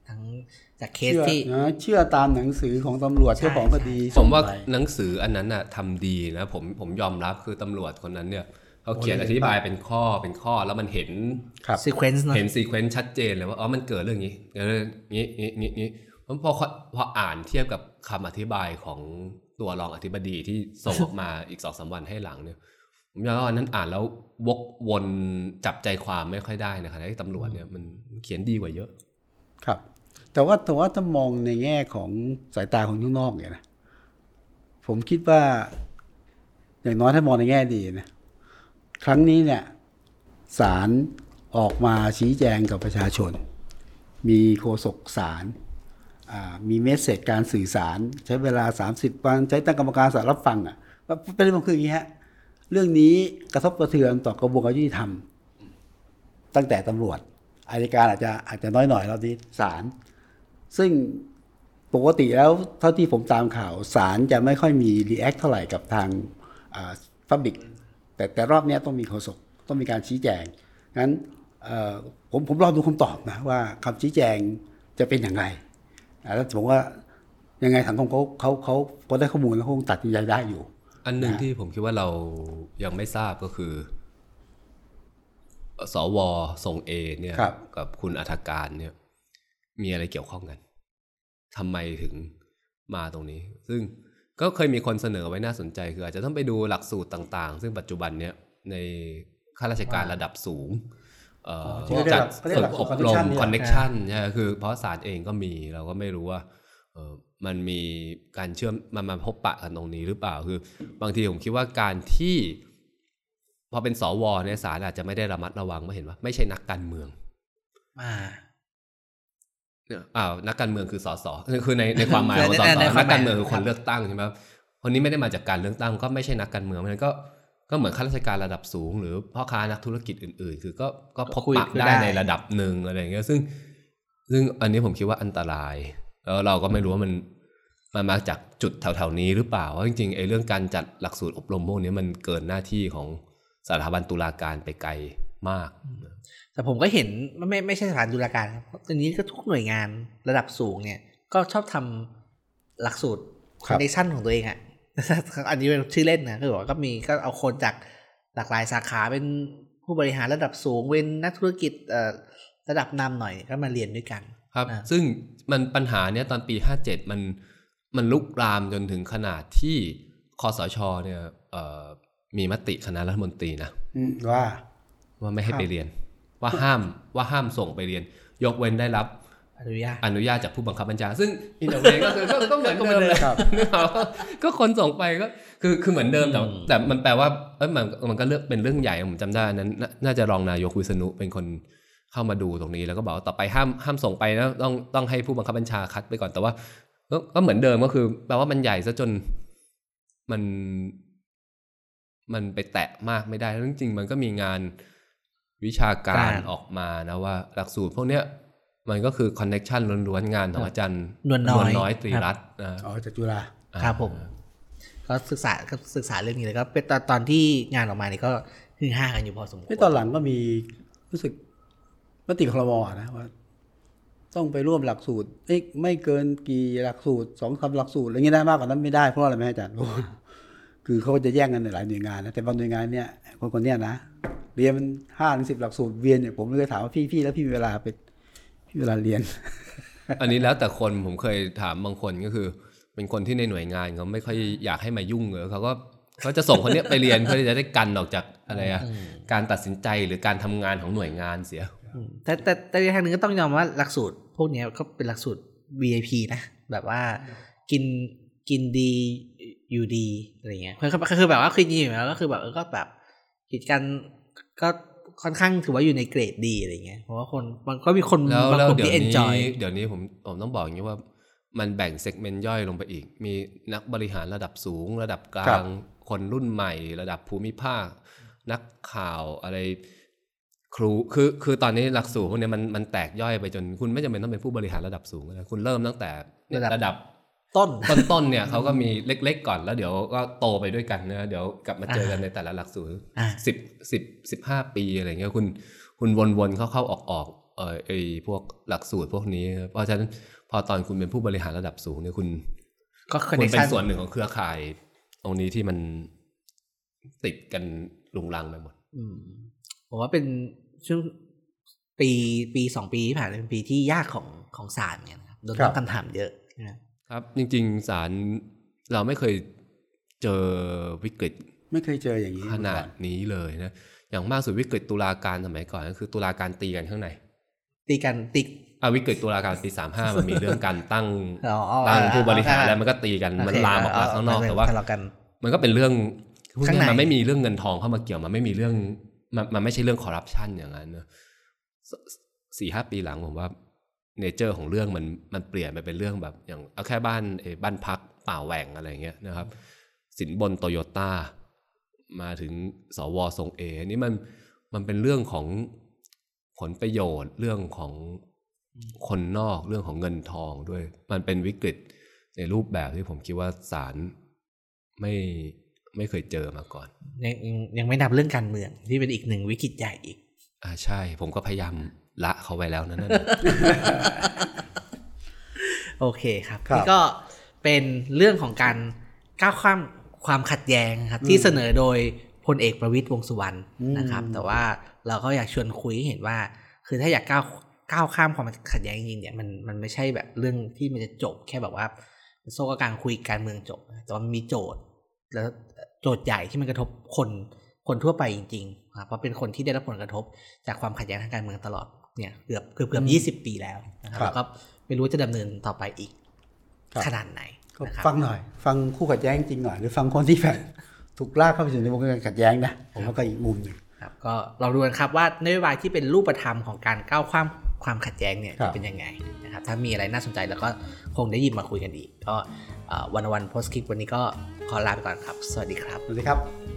ทั้งจากเคสที่
เชื่อตามหนังสือของตำรวจเจ้าของคดี
ผมว่าหนังสืออันนั้นน่ะทำดีนะผมยอมรับคือตำรวจคนนั้นเนี่ยเขาเขียนอธิบายเป็นข้อแล้วมันเห็น
ซีเควนซ์
เห็นซีเควนซ์ชัดเจนเลยว่ามันเกิดเรื่องนี้นี้พออ่านเทียบกับคำอธิบายของตัวรองอธิบดีที่ส่งออกมาอีก 2-3 วันให้หลังเนี่ยผมยอมรับว่านั้นอ่านแล้ววกวนจับใจความไม่ค่อยได้นะครับที่ตำรวจเนี่ยมันเขียนดีกว่าเยอะ
ครับแต่ว่าถ้ามองในแง่ของสายตาของข้างนอกเนี่ยนะผมคิดว่าอย่างน้อยถ้ามองในแง่ดีนะครั้งนี้เนี่ยศาลออกมาชี้แจงกับประชาชนมีโฆษกศาลมีเมสเสจการสื่อสารใช้เวลา30 วันใช้ตั้งกรรมการสารรับฟังเป็นเรื่องคืออย่างนี้ฮะเรื่องนี้กระทบกระเทือนต่อกระบวนการยุติธรรมตั้งแต่ตำรวจอัยการอาจจะน้อยหน่อยรอบนี้ศาลซึ่งปกติแล้วเท่าที่ผมตามข่าวศาลจะไม่ค่อยมีรีแอคเท่าไหร่กับทางpublic แต่รอบนี้ต้องมีโฆษกต้องมีการชี้แจงงั้นผมรอดูคำตอบนะว่าคำชี้แจงจะเป็นอย่างไรแล้วผมว่ายังไงสังคมเขาพอได้ข้อมูลแล้วคงตัดสินใจได้อยู่
อันหนึ่งที่ผมคิดว่าเรายังไม่ทราบก็คือสวทรงเอเนี่ยกับคุณอรรถการเนี่ยมีอะไรเกี่ยวข้องกันทำไมถึงมาตรงนี้ซึ่งก็เคยมีคนเสนอไว้น่าสนใจคืออาจจะต้องไปดูหลักสูตรต่างๆซึ่งปัจจุบันเนี่ยในข้าราชการระดับสูงจัดฝึกอบรมคอนเนคชั่นใช่คือเพราะศาลเองก็มีเราก็ไม่รู้ว่ามันมีการเชื่อมมาพบปะกันตรงนี้หรือเปล่าคือบางทีผมคิดว่าการที่พอเป็นสวเนี่ยศาลอาจจะไม่ได้ระมัดระวังไม่เห็นว่าไม่ใช่นักการเมืองนักการเมืองคือสสคือในความหมายของสสนักการเมืองคือคนเลือกตั้งใช่ไหมคนนี้ไม่ได้มาจากการเลือกตั้งก็ไม่ใช่นักการเมืองมันก็เหมือนข้าราชการระดับสูงหรือพ่อค้านักธุรกิจอื่นๆคือก็พบปะได้ในระดับหนึ่งอะไรอย่างเงี้ยซึ่งอันนี้ผมคิดว่าอันตรายแล้วเราก็ไม่รู้ว่ามันมาจากจุดแถวๆนี้หรือเปล่าว่าจริงๆไอ้เรื่องการจัดหลักสูตรอบรมพวกนี้มันเกินหน้าที่ของสถาบันตุลาการไปไกลมาก
แต่ผมก็เห็นไม่ใช่สถาบันตุลาการครับตอนนี้ก็ทุกหน่วยงานระดับสูงเนี่ยก็ชอบทำหลักสูตรคอนเนคชั่นของตัวเองอันนี้เป็นชื่อเล่นนะคือบอกว่าก็เอาคนจากหลากหลายสาขาเป็นผู้บริหารระดับสูงเป็นนักธุรกิจระดับนำหน่อยก็มาเรียนด้วยกัน
ครับซึ่งมันปัญหาเนี้ยตอนปี57มันลุกลามจนถึงขนาดที่คสชเนี่ยมีมติคณะรัฐมนตรีนะว่าไม่ให้ไปเรียนว่าห้ามส่งไปเรียนยกเว้นได้รับอนุญาตจากผู้บังคับบัญชาซึ่งอินเตอร์เวก็คือก็เหมือนเดิมเลยก็คนส่งไปก็คือเหมือนเดิมแต่มันแปลว่ามันก็เลือกเป็นเรื่องใหญ่ผมจำได้นั้นน่าจะรองนายกวิษณุเป็นคนเข้ามาดูตรงนี้แล้วก็บอกว่าต่อไปห้ามส่งไปนะต้องให้ผู้บังคับบัญชาคัดไปก่อนแต่ว่าก็เหมือนเดิมก็คือแปลว่ามันใหญ่ซะจนมันไปแตะมากไม่ได้จริงๆมันก็มีงานวิชาการออกมานะว่าหลักสูตรพวกเนี้ยมันก็คือคอนเนคชั่นล้วนๆงานของอาจารย์นวลน้อยตรีรัตน์
จากจุฬา
ครับผมก็ศึกษาเรื่องนี้แล้วก็เป็นตอนที่งานออกมานี่ก็ฮือฮากันอยู่พอสมควร
ตอนหลังก็มีรู้สึกมติครม.นะว่าต้องไปร่วมหลักสูตรไม่เกินกี่หลักสูตร2-3หลักสูตรอะไรเงี้ยได้มากกว่านั้นไม่ได้เพราะอะไรไหมอาจารย์คือเขาจะแย่งกันในหลายหน่วยงานนะแต่บางหน่วยงานเนี่ยคนเนี้ยนะเรียนมัน5-10หลักสูตรเวียนเนี่ยผมเลยถามว่าพี่แล้วพี่มีเวลาเรียน
อันนี้แล้วแต่คนผมเคยถามบางคนก็คือเป็นคนที่ในหน่วยงานเขาไม่ค่อยอยากให้มายุ่งเลยเขาจะส่งคนนี้ไปเรียนเพื่อจะได้กันออกจากอะไรการตัดสินใจหรือการทำงานของหน่วยงานเสีย
แต่ในทางนึงก็ต้องยอมว่าหลักสูตรพวกนี้ก็เป็นหลักสูตร VIP นะแบบว่ากินดีอยู่ดีอะไรเงี้ยคือแบบว่าคือจริงๆแล้วก็คือแบบก็แบบกิจการก็ค่อนข้างถือว่าอยู่ในเกรดดีอะไรเงี้ยเพราะว่าคนมันก็มีคนบางคนที่ enjoy
เดี๋ยวนี้ผมต้องบอกอย่างนี้ว่ามันแบ่งเซกเมนต์ย่อยลงไปอีกมีนักบริหารระดับสูงระดับกลางคนรุ่นใหม่ระดับภูมิภาคนักข่าวอะไรครูคือตอนนี้หลักสูตรพวกนี้มันแตกย่อยไปจนคุณไม่จำเป็นต้องเป็นผู้บริหารระดับสูงนะคุณเริ่มตั้งแต่ระดับต้นเนี่ยเขาก็มีเล็กๆก่อนแล้วเดี๋ยวก็โตไปด้วยกันนะเดี๋ยวกลับมาเจอกันในแต่ละหลักสูตร15 ปีอะไรเงี้ยคุณวนๆเข้าออกพวกหลักสูตรพวกนี้เพราะฉะนั้นพอตอนคุณเป็นผู้บริหารระดับสูงเนี่ยคุณเป็นส่วนหนึ่งของเครือข่ายตรงนี้ที่มันติดกันลุงลังไปหมด
ผมว่าเป็นช่วงปี2 ปีที่ผ่านมาเป็นปีที่ยากของศาลเหมือนกันครับโดนตั้งคำถามเยอะ
ครับจริงๆศาลเราไม่เคยเจอวิกฤต
ไม่เคยเจออย่างนี้
ขนาดนี้เลยนะอย่างมากสุดวิกฤตตุลาการสมัยก่อนก็คือตุลาการตีกันข้างในวิกฤตตุลาการปี35มันมีเรื่องการตั้งผู้บริหารแล้วมันก็ตีกันมันลามออกมาข้างนอกแต่ว่ามันก็เป็นเรื่องข้างในมันไม่มีเรื่องเงินทองเข้ามาเกี่ยวมันไม่มีเรื่องมันไม่ใช่เรื่องคอร์รัปชันอย่างนั้นนะ 4-5 ปีหลังผมว่าเนเจอร์ของเรื่องมันเปลี่ยนไปเป็นเรื่องแบบอย่างเอาแค่บ้านพักป่าแหว่งอะไรเงี้ยนะครับสินบนโตโยต้ามาถึงสวทรงอันนี้มันเป็นเรื่องของผลประโยชน์เรื่องของคนนอกเรื่องของเงินทองด้วยมันเป็นวิกฤตในรูปแบบที่ผมคิดว่าศาลไม่เคยเจอมาก่อน
ยังไม่นับเรื่องการเมืองที่เป็นอีกหนึ่งวิกฤตใหญ่อีก
ใช่ผมก็พยายามละเขาไว้แล้วนั่น
โอเคครับนี่ก็เป็นเรื่องของการก้าวข้ามความขัดแย้งครับที่เสนอโดยพลเอกประวิตรวงษ์สุวรรณนะครับแต่ว่าเราก็อยากชวนคุยให้เห็นว่าคือถ้าอยากก้าวข้ามความขัดแย้งจริงๆเนี่ยมันไม่ใช่แบบเรื่องที่มันจะจบแค่แบบว่าโซ่กับการคุยการเมืองจบแต่ว่ามันมีโจทย์แล้วโจทย์ใหญ่ที่มันกระทบคนทั่วไปจริงๆเพราะเป็นคนที่ได้รับผลกระทบจากความขัดแย้งทางการเมืองตลอดเนี่ยเกือบ20 ปีแล้วนะครับแล้วก็ไม่รู้จะดำเนินต่อไปอีกขนาดไหน
ฟังหน่อยฟังคู่ขัดแย้งจริงหน่อยหรือฟังคนที่แบบถูกลากเข้าไปสู่ในวงการขัดแย้งนะแล้วก็อีกมุมหนึ่ง
ครับก็เราดูกันครับว่านโยบายที่เป็นรูปธรรมของการก้าวข้ามความขัดแย้งเนี่ยจะเป็นยังไงนะครับถ้ามีอะไรน่าสนใจแล้วก็คงได้ยินมาคุยกันอีกก็วันโพสต์คลิปวันนี้ก็ขอลาไปก่อนครับสวัสดีครับ
สวัสดีครับ